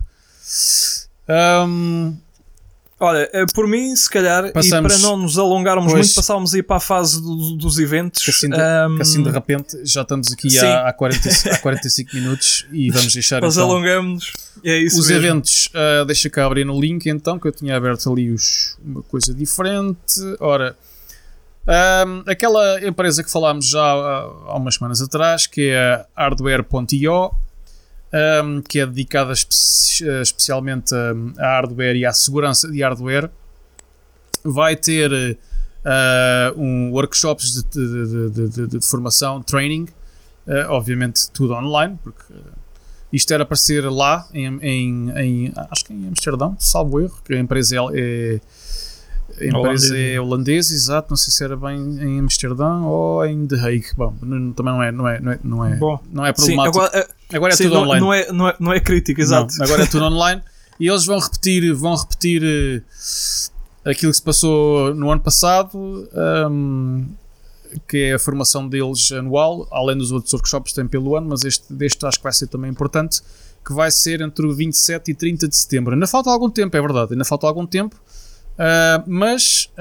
Olha, por mim, se calhar, passamos, e para não nos alongarmos muito, passávamos aí para a fase dos eventos. Que assim de repente já estamos aqui há 45 minutos e vamos deixar. Nós alongamos, é isso os mesmo. Eventos. Deixa cá abrir no link então, que eu tinha aberto ali uma coisa diferente. Ora, aquela empresa que falámos já há umas semanas atrás, que é a Hardware.io, que é dedicada especialmente a hardware e à segurança de hardware, vai ter workshops de formação, training, obviamente tudo online, porque isto era para ser lá acho que em Amsterdão, salvo erro, que a empresa é holandesa, exato, não sei se era bem em Amsterdão ou em The Hague. Bom, também não é problemático. Sim, agora é tudo online. Não é crítico, exato. Não, agora é tudo online e eles vão repetir aquilo que se passou no ano passado, que é a formação deles anual, além dos outros workshops que têm pelo ano, mas este acho que vai ser também importante, que vai ser entre o 27 e 30 de setembro. Ainda falta algum tempo, é verdade, mas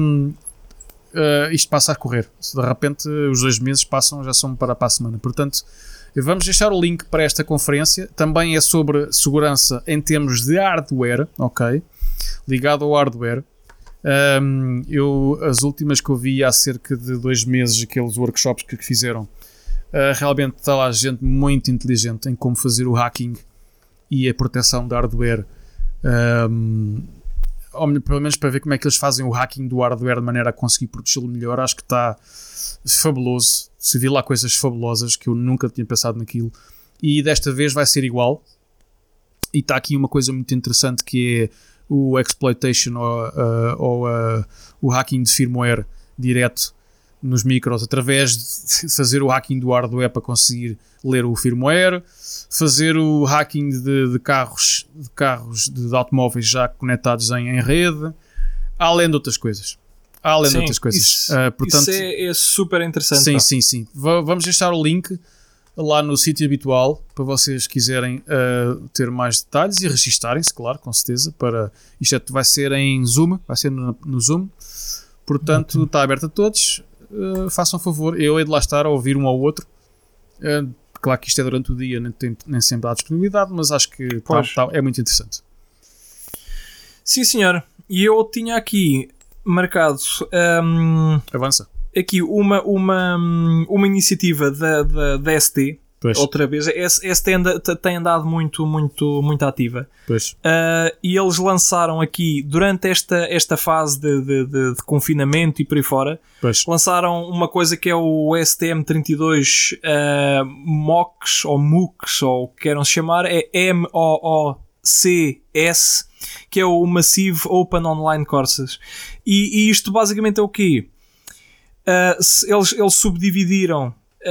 isto passa a correr. De repente os 2 meses passam, já são para a semana. Portanto, vamos deixar o link para esta conferência. Também é sobre segurança em termos de hardware, ok? Ligado ao hardware. As últimas que eu vi há cerca de 2 meses, aqueles workshops que fizeram, realmente está lá gente muito inteligente em como fazer o hacking e a proteção de hardware, pelo menos para ver como é que eles fazem o hacking do hardware de maneira a conseguir protegê-lo melhor. Acho que está fabuloso. Se vi lá coisas fabulosas que eu nunca tinha pensado naquilo, e desta vez vai ser igual. E está aqui uma coisa muito interessante, que é o exploitation ou o hacking de firmware direto nos micros, através de fazer o hacking do hardware para conseguir ler o firmware, fazer o hacking de carros de automóveis já conectados em rede, além de outras coisas. Portanto, isso é super interessante. Sim. Vamos deixar o link lá no sítio habitual para vocês quiserem ter mais detalhes e registarem-se, claro, com certeza. Isto vai ser em Zoom, vai ser no Zoom. Portanto, está aberto a todos. Façam favor, eu hei de lá estar a ouvir um ao outro. Claro que isto é durante o dia, nem sempre há disponibilidade, mas acho que é muito interessante. Sim, senhor. E eu tinha aqui marcado avança aqui uma iniciativa da ST. Pois. Outra vez, esta tem andado muito ativa. E eles lançaram aqui, durante esta fase de confinamento e por aí fora, lançaram uma coisa que é o STM32 MOOCs, ou MOOCs, ou o que queiram se chamar, é MOOCs, que é o Massive Open Online Courses. E isto basicamente é o quê? Eles subdividiram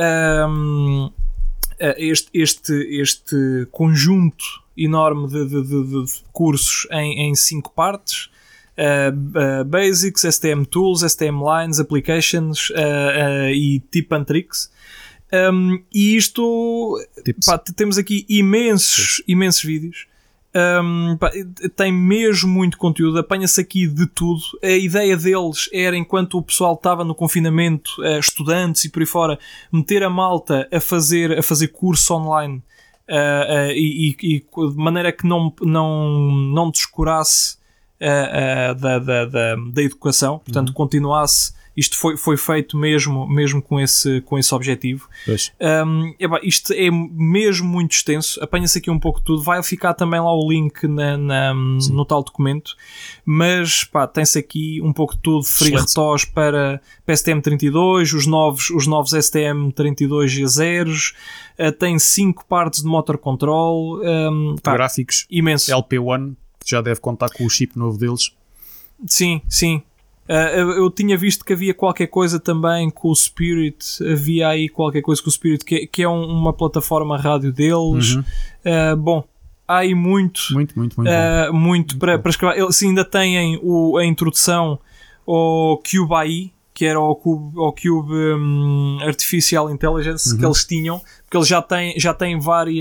este conjunto enorme de cursos em 5 partes: Basics, STM Tools, STM Lines, Applications e Tip and Tricks. E isto, temos aqui imensos vídeos. Tem mesmo muito conteúdo, apanha-se aqui de tudo. A ideia deles era, enquanto o pessoal estava no confinamento, estudantes e por aí fora, meter a malta a fazer curso online, e de maneira que não descurasse da educação, portanto continuasse. Isto foi feito mesmo com esse objetivo. Isto é mesmo muito extenso. Apanha-se aqui um pouco de tudo. Vai ficar também lá o link no tal documento. Mas tem-se aqui um pouco de tudo. Free RTOS para STM32, os novos STM32G0s. Tem 5 partes de motor control. Gráficos. Imenso. LP1, que já deve contar com o chip novo deles. Sim. Eu tinha visto que havia qualquer coisa também com o Spirit. Havia aí qualquer coisa com o Spirit, que é uma plataforma rádio deles. Bom, há aí muito para escrever. Eles ainda têm a introdução ao Cube AI, que era o Cube Artificial Intelligence, que eles tinham, porque eles já têm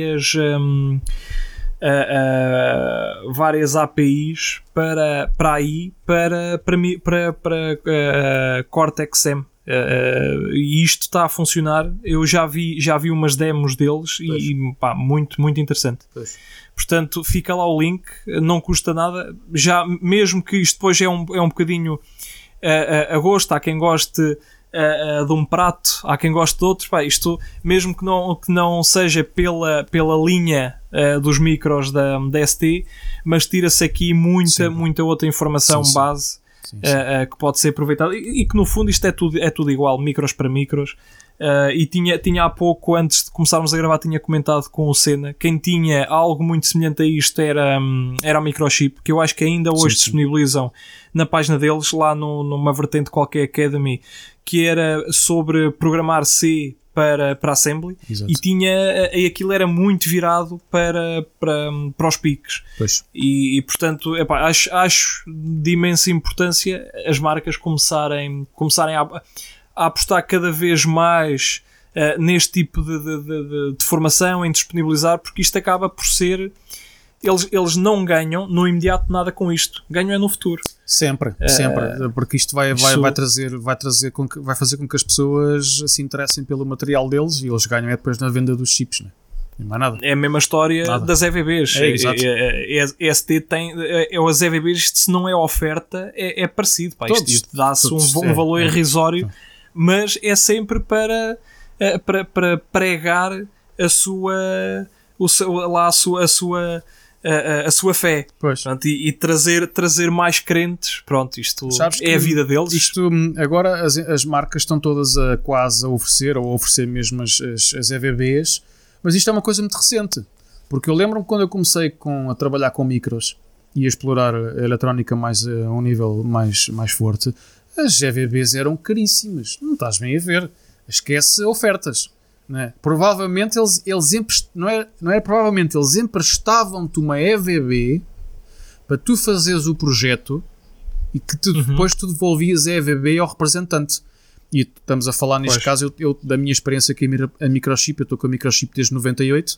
várias APIs para AI, para Cortex-M, e isto está a funcionar. Eu já vi umas demos deles e muito, muito interessante. Portanto, fica lá o link, não custa nada, já, mesmo que isto depois é um bocadinho a gosto, há quem goste de um prato, há quem goste de outro. Isto, mesmo que não seja pela linha dos micros da ST, mas tira-se aqui muita outra informação base que pode ser aproveitada, e que no fundo isto é tudo igual, micros para micros. E tinha há pouco, antes de começarmos a gravar, tinha comentado com o Senna, quem tinha algo muito semelhante a isto era o microchip, que eu acho que ainda hoje disponibilizam na página deles, lá numa vertente qualquer Academy, que era sobre programar C para Assembly. Exato. E aquilo era muito virado para os PICs. E portanto, acho de imensa importância as marcas começarem a apostar cada vez mais neste tipo de formação, em disponibilizar, porque isto acaba por ser... Eles não ganham no imediato nada com isto, ganham é no futuro. Sempre, porque isto vai fazer com que as pessoas se interessem pelo material deles, e eles ganham é depois na venda dos chips, não é? Não é nada. É a mesma história das EVBs. ST tem, as EVBs, isto, se não é oferta, é parecido. Isto dá-se um valor irrisório, mas é sempre para pregar a sua fé. Pronto, e trazer mais crentes. Pronto, isto é a vida deles. Isto, agora as marcas estão todas quase a oferecer mesmo as EVBs, mas isto é uma coisa muito recente, porque eu lembro-me quando eu comecei a trabalhar com micros e a explorar a eletrónica mais a um nível mais forte, as EVBs eram caríssimas. Não estás bem a ver. Esquece ofertas. Não é? Provavelmente eles emprestavam-te uma EVB para tu fazeres o projeto e que depois tu devolvias a EVB ao representante. E estamos a falar neste caso, eu da minha experiência aqui a microchip, eu estou com a microchip desde 98.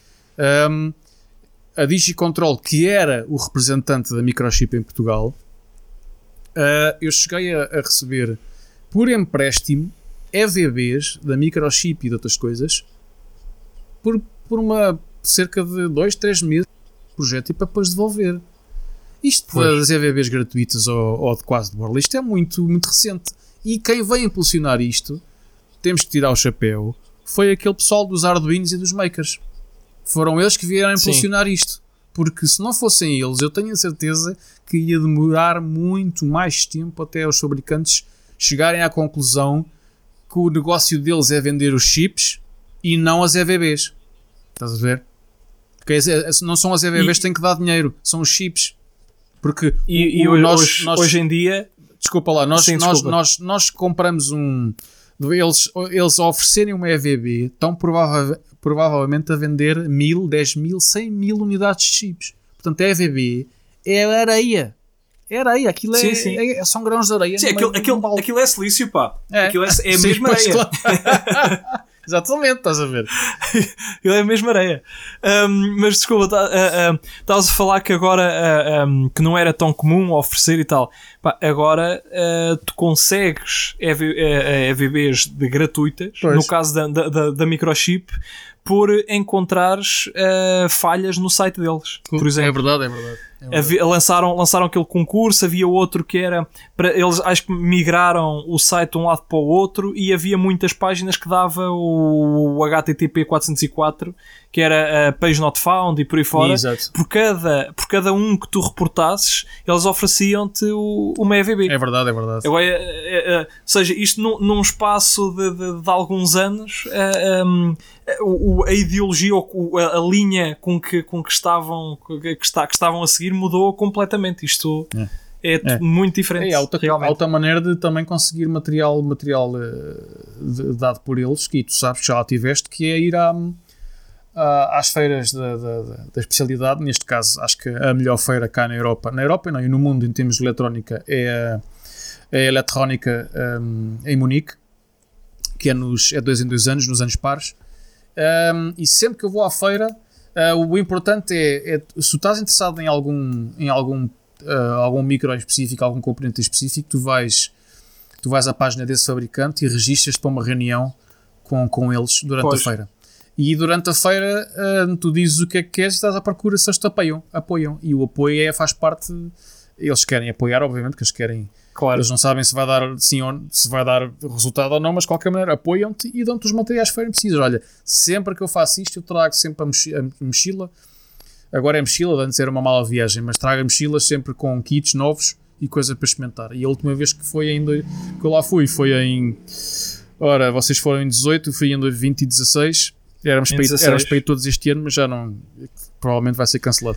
A Digicontrol, que era o representante da microchip em Portugal, eu cheguei a receber por empréstimo EVBs da microchip e de outras coisas por cerca de 2-3 meses de projeto, e para depois devolver. Isto das EVBs gratuitas ou de quase de borla, isto é muito, muito recente. E quem veio impulsionar isto, temos que tirar o chapéu, foi aquele pessoal dos Arduinos e dos Makers. Foram eles que vieram impulsionar isto. Porque se não fossem eles, eu tenho a certeza que ia demorar muito mais tempo até os fabricantes chegarem à conclusão que o negócio deles é vender os chips e não as EVBs. Estás a ver? Porque não são as EVBs que têm que dar dinheiro, são os chips. Porque hoje em dia... Desculpa lá, nós compramos eles a oferecerem uma EVB, estão provavelmente a vender 1.000, 10.000, 100.000 unidades de chips. Portanto, a EVB é areia. É areia, aquilo são grãos de areia. Sim, aquilo é silício, pá. Aquilo é a mesma areia. Claro. Exatamente, estás a ver. Aquilo é a mesma areia. Mas desculpa, estavas a falar que agora que não era tão comum oferecer e tal. Pá, agora tu consegues EVBs gratuitas, no caso da microchip, por encontrares falhas no site deles, por exemplo. É verdade. Lançaram aquele concurso, havia outro que era para eles, acho que migraram o site de um lado para o outro e havia muitas páginas que dava o HTTP 404, que era a page not found e por aí fora. Exato. Por cada um que tu reportasses, eles ofereciam-te uma EVB. É verdade. Agora, ou seja, isto num espaço de alguns anos, a ideologia ou a linha com que estavam a seguir mudou completamente. Isto é muito diferente. Há outra maneira de também conseguir material dado por eles, que tu sabes que já lá tiveste, que é ir às feiras da especialidade. Neste caso, acho que a melhor feira cá na Europa não, e no mundo em termos de eletrónica, é a Eletrónica em Munique, que é 2 em 2 anos, nos anos pares. E sempre que eu vou à feira, o importante é se tu estás interessado em algum micro específico, algum componente específico, tu vais à página desse fabricante e registras-te para uma reunião com eles durante a feira. E durante a feira tu dizes o que é que queres e estás à procura se eles te apoiam. E o apoio faz parte. Eles querem apoiar, obviamente, que eles querem. Claro. Eles não sabem se vai dar se vai dar resultado ou não, mas de qualquer maneira apoiam-te e dão-te os materiais que forem precisos. Olha, sempre que eu faço isto, eu trago sempre a mochila. Agora é mochila, antes era uma mala de viagem, mas trago a mochila sempre com kits novos e coisa para experimentar. E a última vez que eu lá fui foi em. Ora, vocês foram em 18, eu fui em 20 e 16. Éramos para ir todos este ano, mas já não. Provavelmente vai ser cancelado.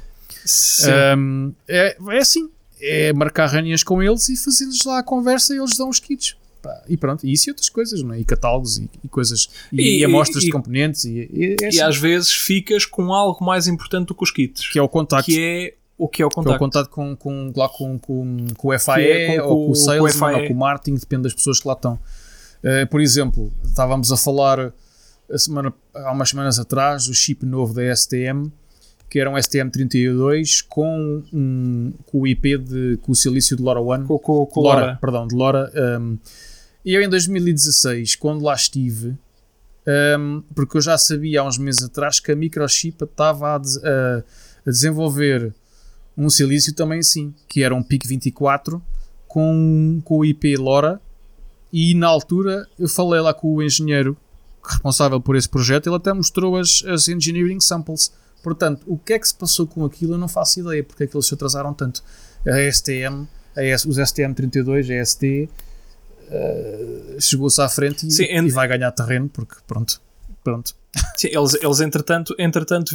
É assim. É marcar reuniões com eles e fazer-lhes lá a conversa e eles dão os kits. E pronto, e isso e outras coisas, não é? E catálogos e coisas, e amostras de componentes. E assim. Às vezes ficas com algo mais importante do que os kits. Que é o contacto. Que é o contacto. Que é o contacto com o FAE, ou com o salesman, ou com o marketing, depende das pessoas que lá estão. Por exemplo, estávamos a falar há umas semanas atrás, o chip novo da STM, que era um STM32 com o IP com o silício de LoRaWAN. Com LoRa. Perdão, de LoRa. E eu em 2016, quando lá estive, porque eu já sabia há uns meses atrás que a Microchip estava a desenvolver um silício também assim, que era um PIC24 com o IP LoRa, e na altura eu falei lá com o engenheiro responsável por esse projeto, ele até mostrou as engineering samples. Portanto, o que é que se passou com aquilo eu não faço ideia, porque é que eles se atrasaram tanto. A STM, os STM32, a ST, chegou-se à frente e vai ganhar terreno, porque pronto. Sim, eles entretanto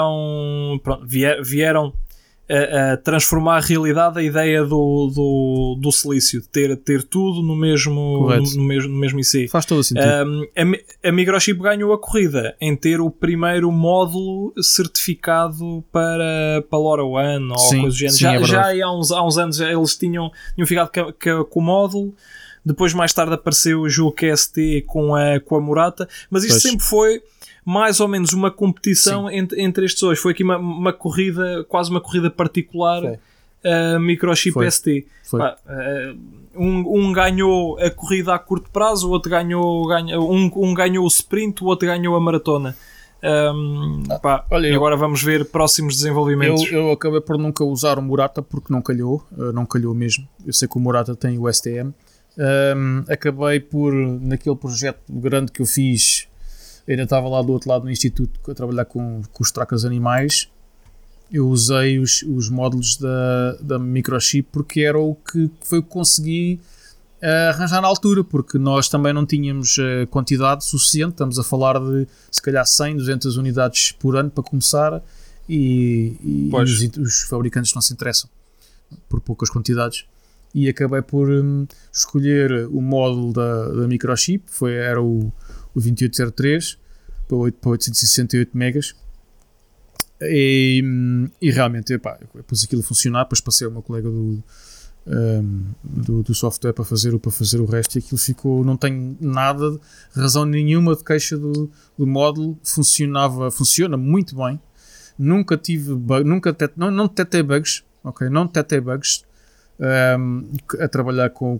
vieram a transformar a realidade a ideia do silício, de ter tudo no mesmo IC. Faz todo o sentido. A Microchip ganhou a corrida em ter o primeiro módulo certificado para LoRaWAN ou coisa do género. Já há uns anos eles tinham ficado com o módulo. Depois mais tarde apareceu o jogo QST com a Murata, mas isto sempre foi mais ou menos uma competição entre estes dois. Foi aqui uma corrida, quase uma corrida particular, Microchip ST. Um ganhou a corrida a curto prazo, o outro um ganhou o sprint, o outro ganhou a maratona. Olha, agora vamos ver próximos desenvolvimentos. Eu acabei por nunca usar o Murata porque não calhou mesmo. Eu sei que o Murata tem o STM. Acabei por, naquele projeto grande que eu fiz, ainda estava lá do outro lado no instituto a trabalhar com os tracas animais. Eu usei os módulos da Microchip porque era o que foi o que consegui arranjar na altura, porque nós também não tínhamos quantidade suficiente. Estamos a falar de se calhar 100, 200 unidades por ano para começar, e os fabricantes não se interessam por poucas quantidades. E acabei por escolher o módulo da Microchip, era o 2803 para 868 megas, e realmente eu pus aquilo a funcionar. Depois passei ao meu colega do software para fazer o resto, e aquilo ficou, não tenho razão nenhuma de queixa do módulo. Funciona muito bem, nunca tive não detetei bugs, não detetei bugs a trabalhar com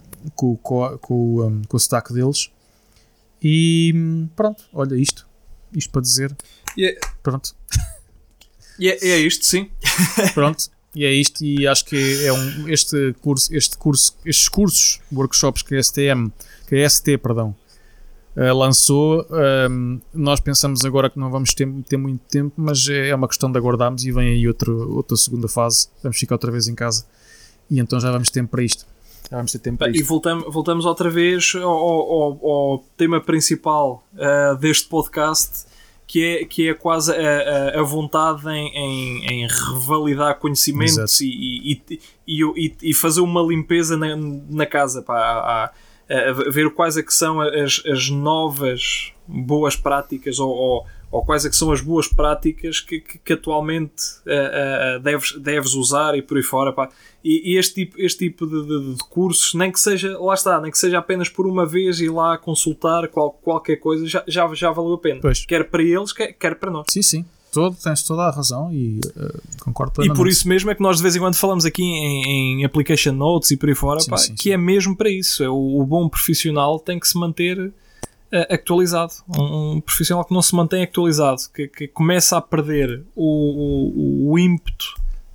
o stack deles. E pronto, olha isto. isto para dizer. Pronto. É isto, sim. Pronto. E é isto, e acho que é estes cursos, workshops que a ST lançou. Nós pensamos agora que não vamos ter muito tempo, mas é uma questão de aguardarmos e vem aí outra segunda fase. Vamos ficar outra vez em casa e então já vamos ter tempo para isto. E voltamos outra vez ao tema principal deste podcast, que é quase a vontade em revalidar conhecimentos e fazer uma limpeza na casa, pá, a ver quais é que são as novas boas práticas ou quais é que são as boas práticas que atualmente deves usar e por aí fora, pá. E este tipo de cursos, nem que seja apenas por uma vez ir lá consultar qualquer coisa, já valeu a pena. Pois. Quer para eles, quer para nós. Sim. Tens toda a razão e concordo plenamente. E por isso mesmo é que nós de vez em quando falamos aqui em application notes e por aí fora, sim. É mesmo para isso. O bom profissional tem que se manter atualizado. Um profissional que não se mantém atualizado, que começa a perder o ímpeto,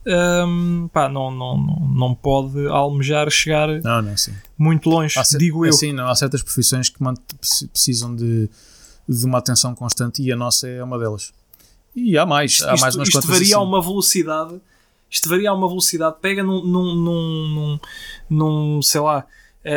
não pode almejar chegar muito longe, digo eu. Assim, não, há certas profissões que precisam de uma atenção constante e a nossa é uma delas. E há mais umas quantas. Isto varia a uma velocidade. Pega num sei lá,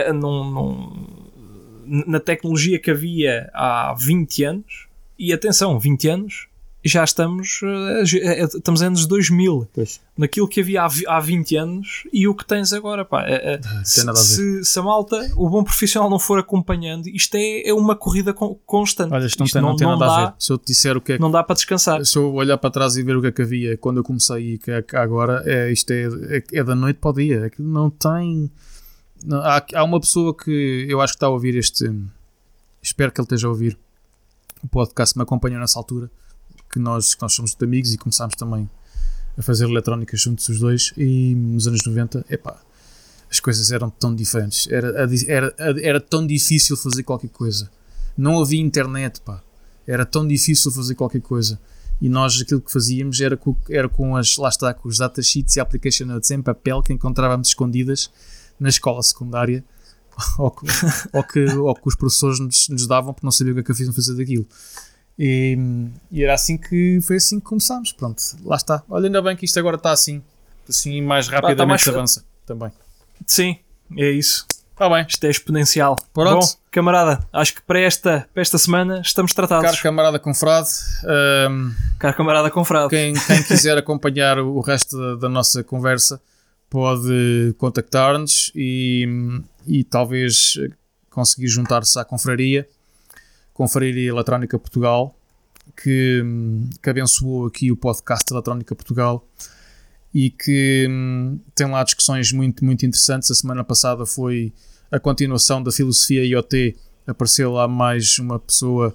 na tecnologia que havia há 20 anos, e atenção, 20 anos, já estamos em anos 2000, pois. Naquilo que havia há 20 anos e o que tens agora, pá. Se a malta, o bom profissional não for acompanhando, isto é uma corrida constante. Olha, isto não tem nada a ver. Se eu te disser o que é que, não dá para descansar. Se eu olhar para trás e ver o que é que havia quando eu comecei e que é agora, isto é da noite para o dia. Aquilo não tem... Não, há uma pessoa que eu acho que está a ouvir espero que ele esteja a ouvir o podcast, me acompanhou nessa altura, que nós somos de amigos e começámos também a fazer eletrónicas juntos os dois, e nos anos 90, as coisas eram tão diferentes, era tão difícil fazer qualquer coisa, não havia internet, pá, era tão difícil fazer qualquer coisa, e nós aquilo que fazíamos era com com os datasheets e application notes em papel que encontrávamos escondidas na escola secundária ou que os professores nos davam porque não sabiam o que é que haviam fazer daquilo. E era foi assim que começámos. Pronto, lá está. Olha, ainda bem que isto agora está assim mais rapidamente avança também. Sim, é isso. Está bem. Isto é exponencial. Pronto. Bom, camarada, acho que para esta semana estamos tratados. Caro camarada confrade, quem quiser acompanhar o resto da nossa conversa pode contactar-nos e talvez conseguir juntar-se à Confraria Eletrónica Portugal, que abençoou aqui o podcast Eletrónica Portugal e que tem lá discussões muito, muito interessantes. A semana passada foi a continuação da filosofia IoT, apareceu lá mais uma pessoa,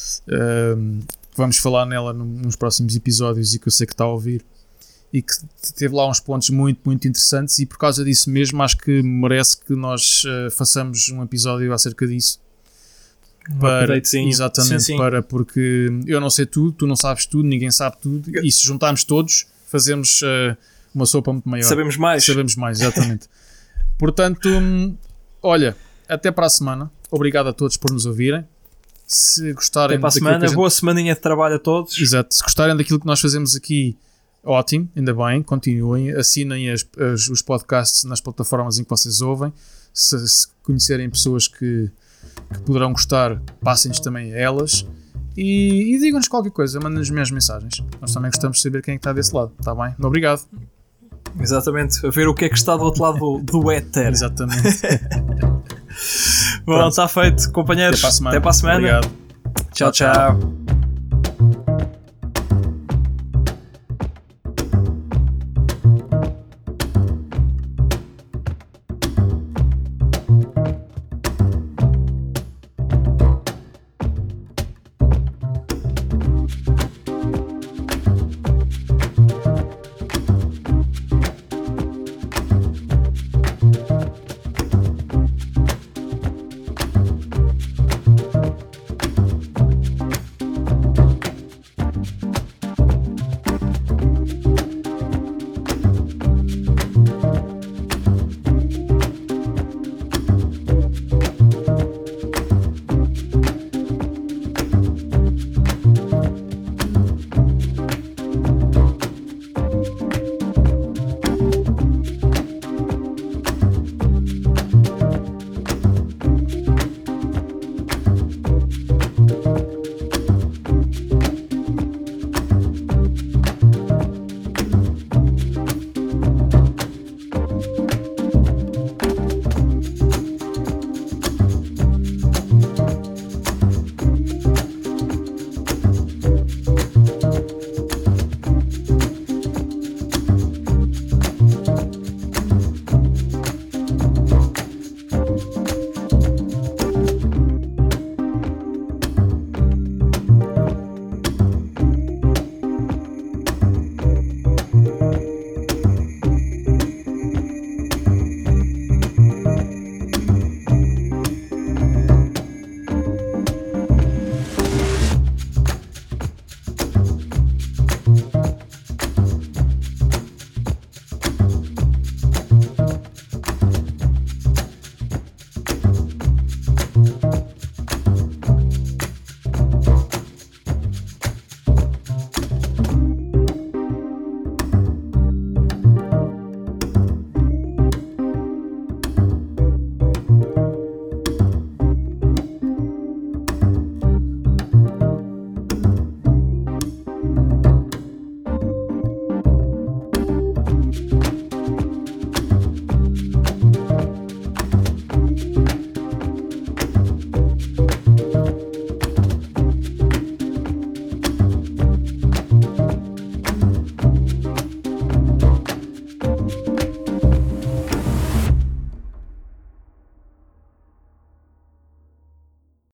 vamos falar nela nos próximos episódios e que eu sei que está a ouvir, e que teve lá uns pontos muito, muito interessantes, e por causa disso mesmo acho que merece que nós façamos um episódio acerca disso. Exatamente, sim. Porque eu não sei tudo, tu não sabes tudo, ninguém sabe tudo, e se juntarmos todos fazemos uma sopa muito maior. Sabemos mais, exatamente. Portanto, olha, até para a semana. Obrigado a todos por nos ouvirem. Se gostarem, até para a semana, boa semaninha de trabalho a todos. Exato, se gostarem daquilo que nós fazemos aqui, ótimo, ainda bem, continuem, assinem os podcasts nas plataformas em que vocês ouvem. Se conhecerem pessoas que poderão gostar, passem-nos também a elas e digam-nos qualquer coisa, mandem-nos minhas mensagens. Nós também gostamos de saber quem é que está desse lado, está bem? Obrigado. Exatamente, a ver o que é que está do outro lado do éter. Exatamente. Bom, está feito, companheiros. Até para a semana. Obrigado. Tchau.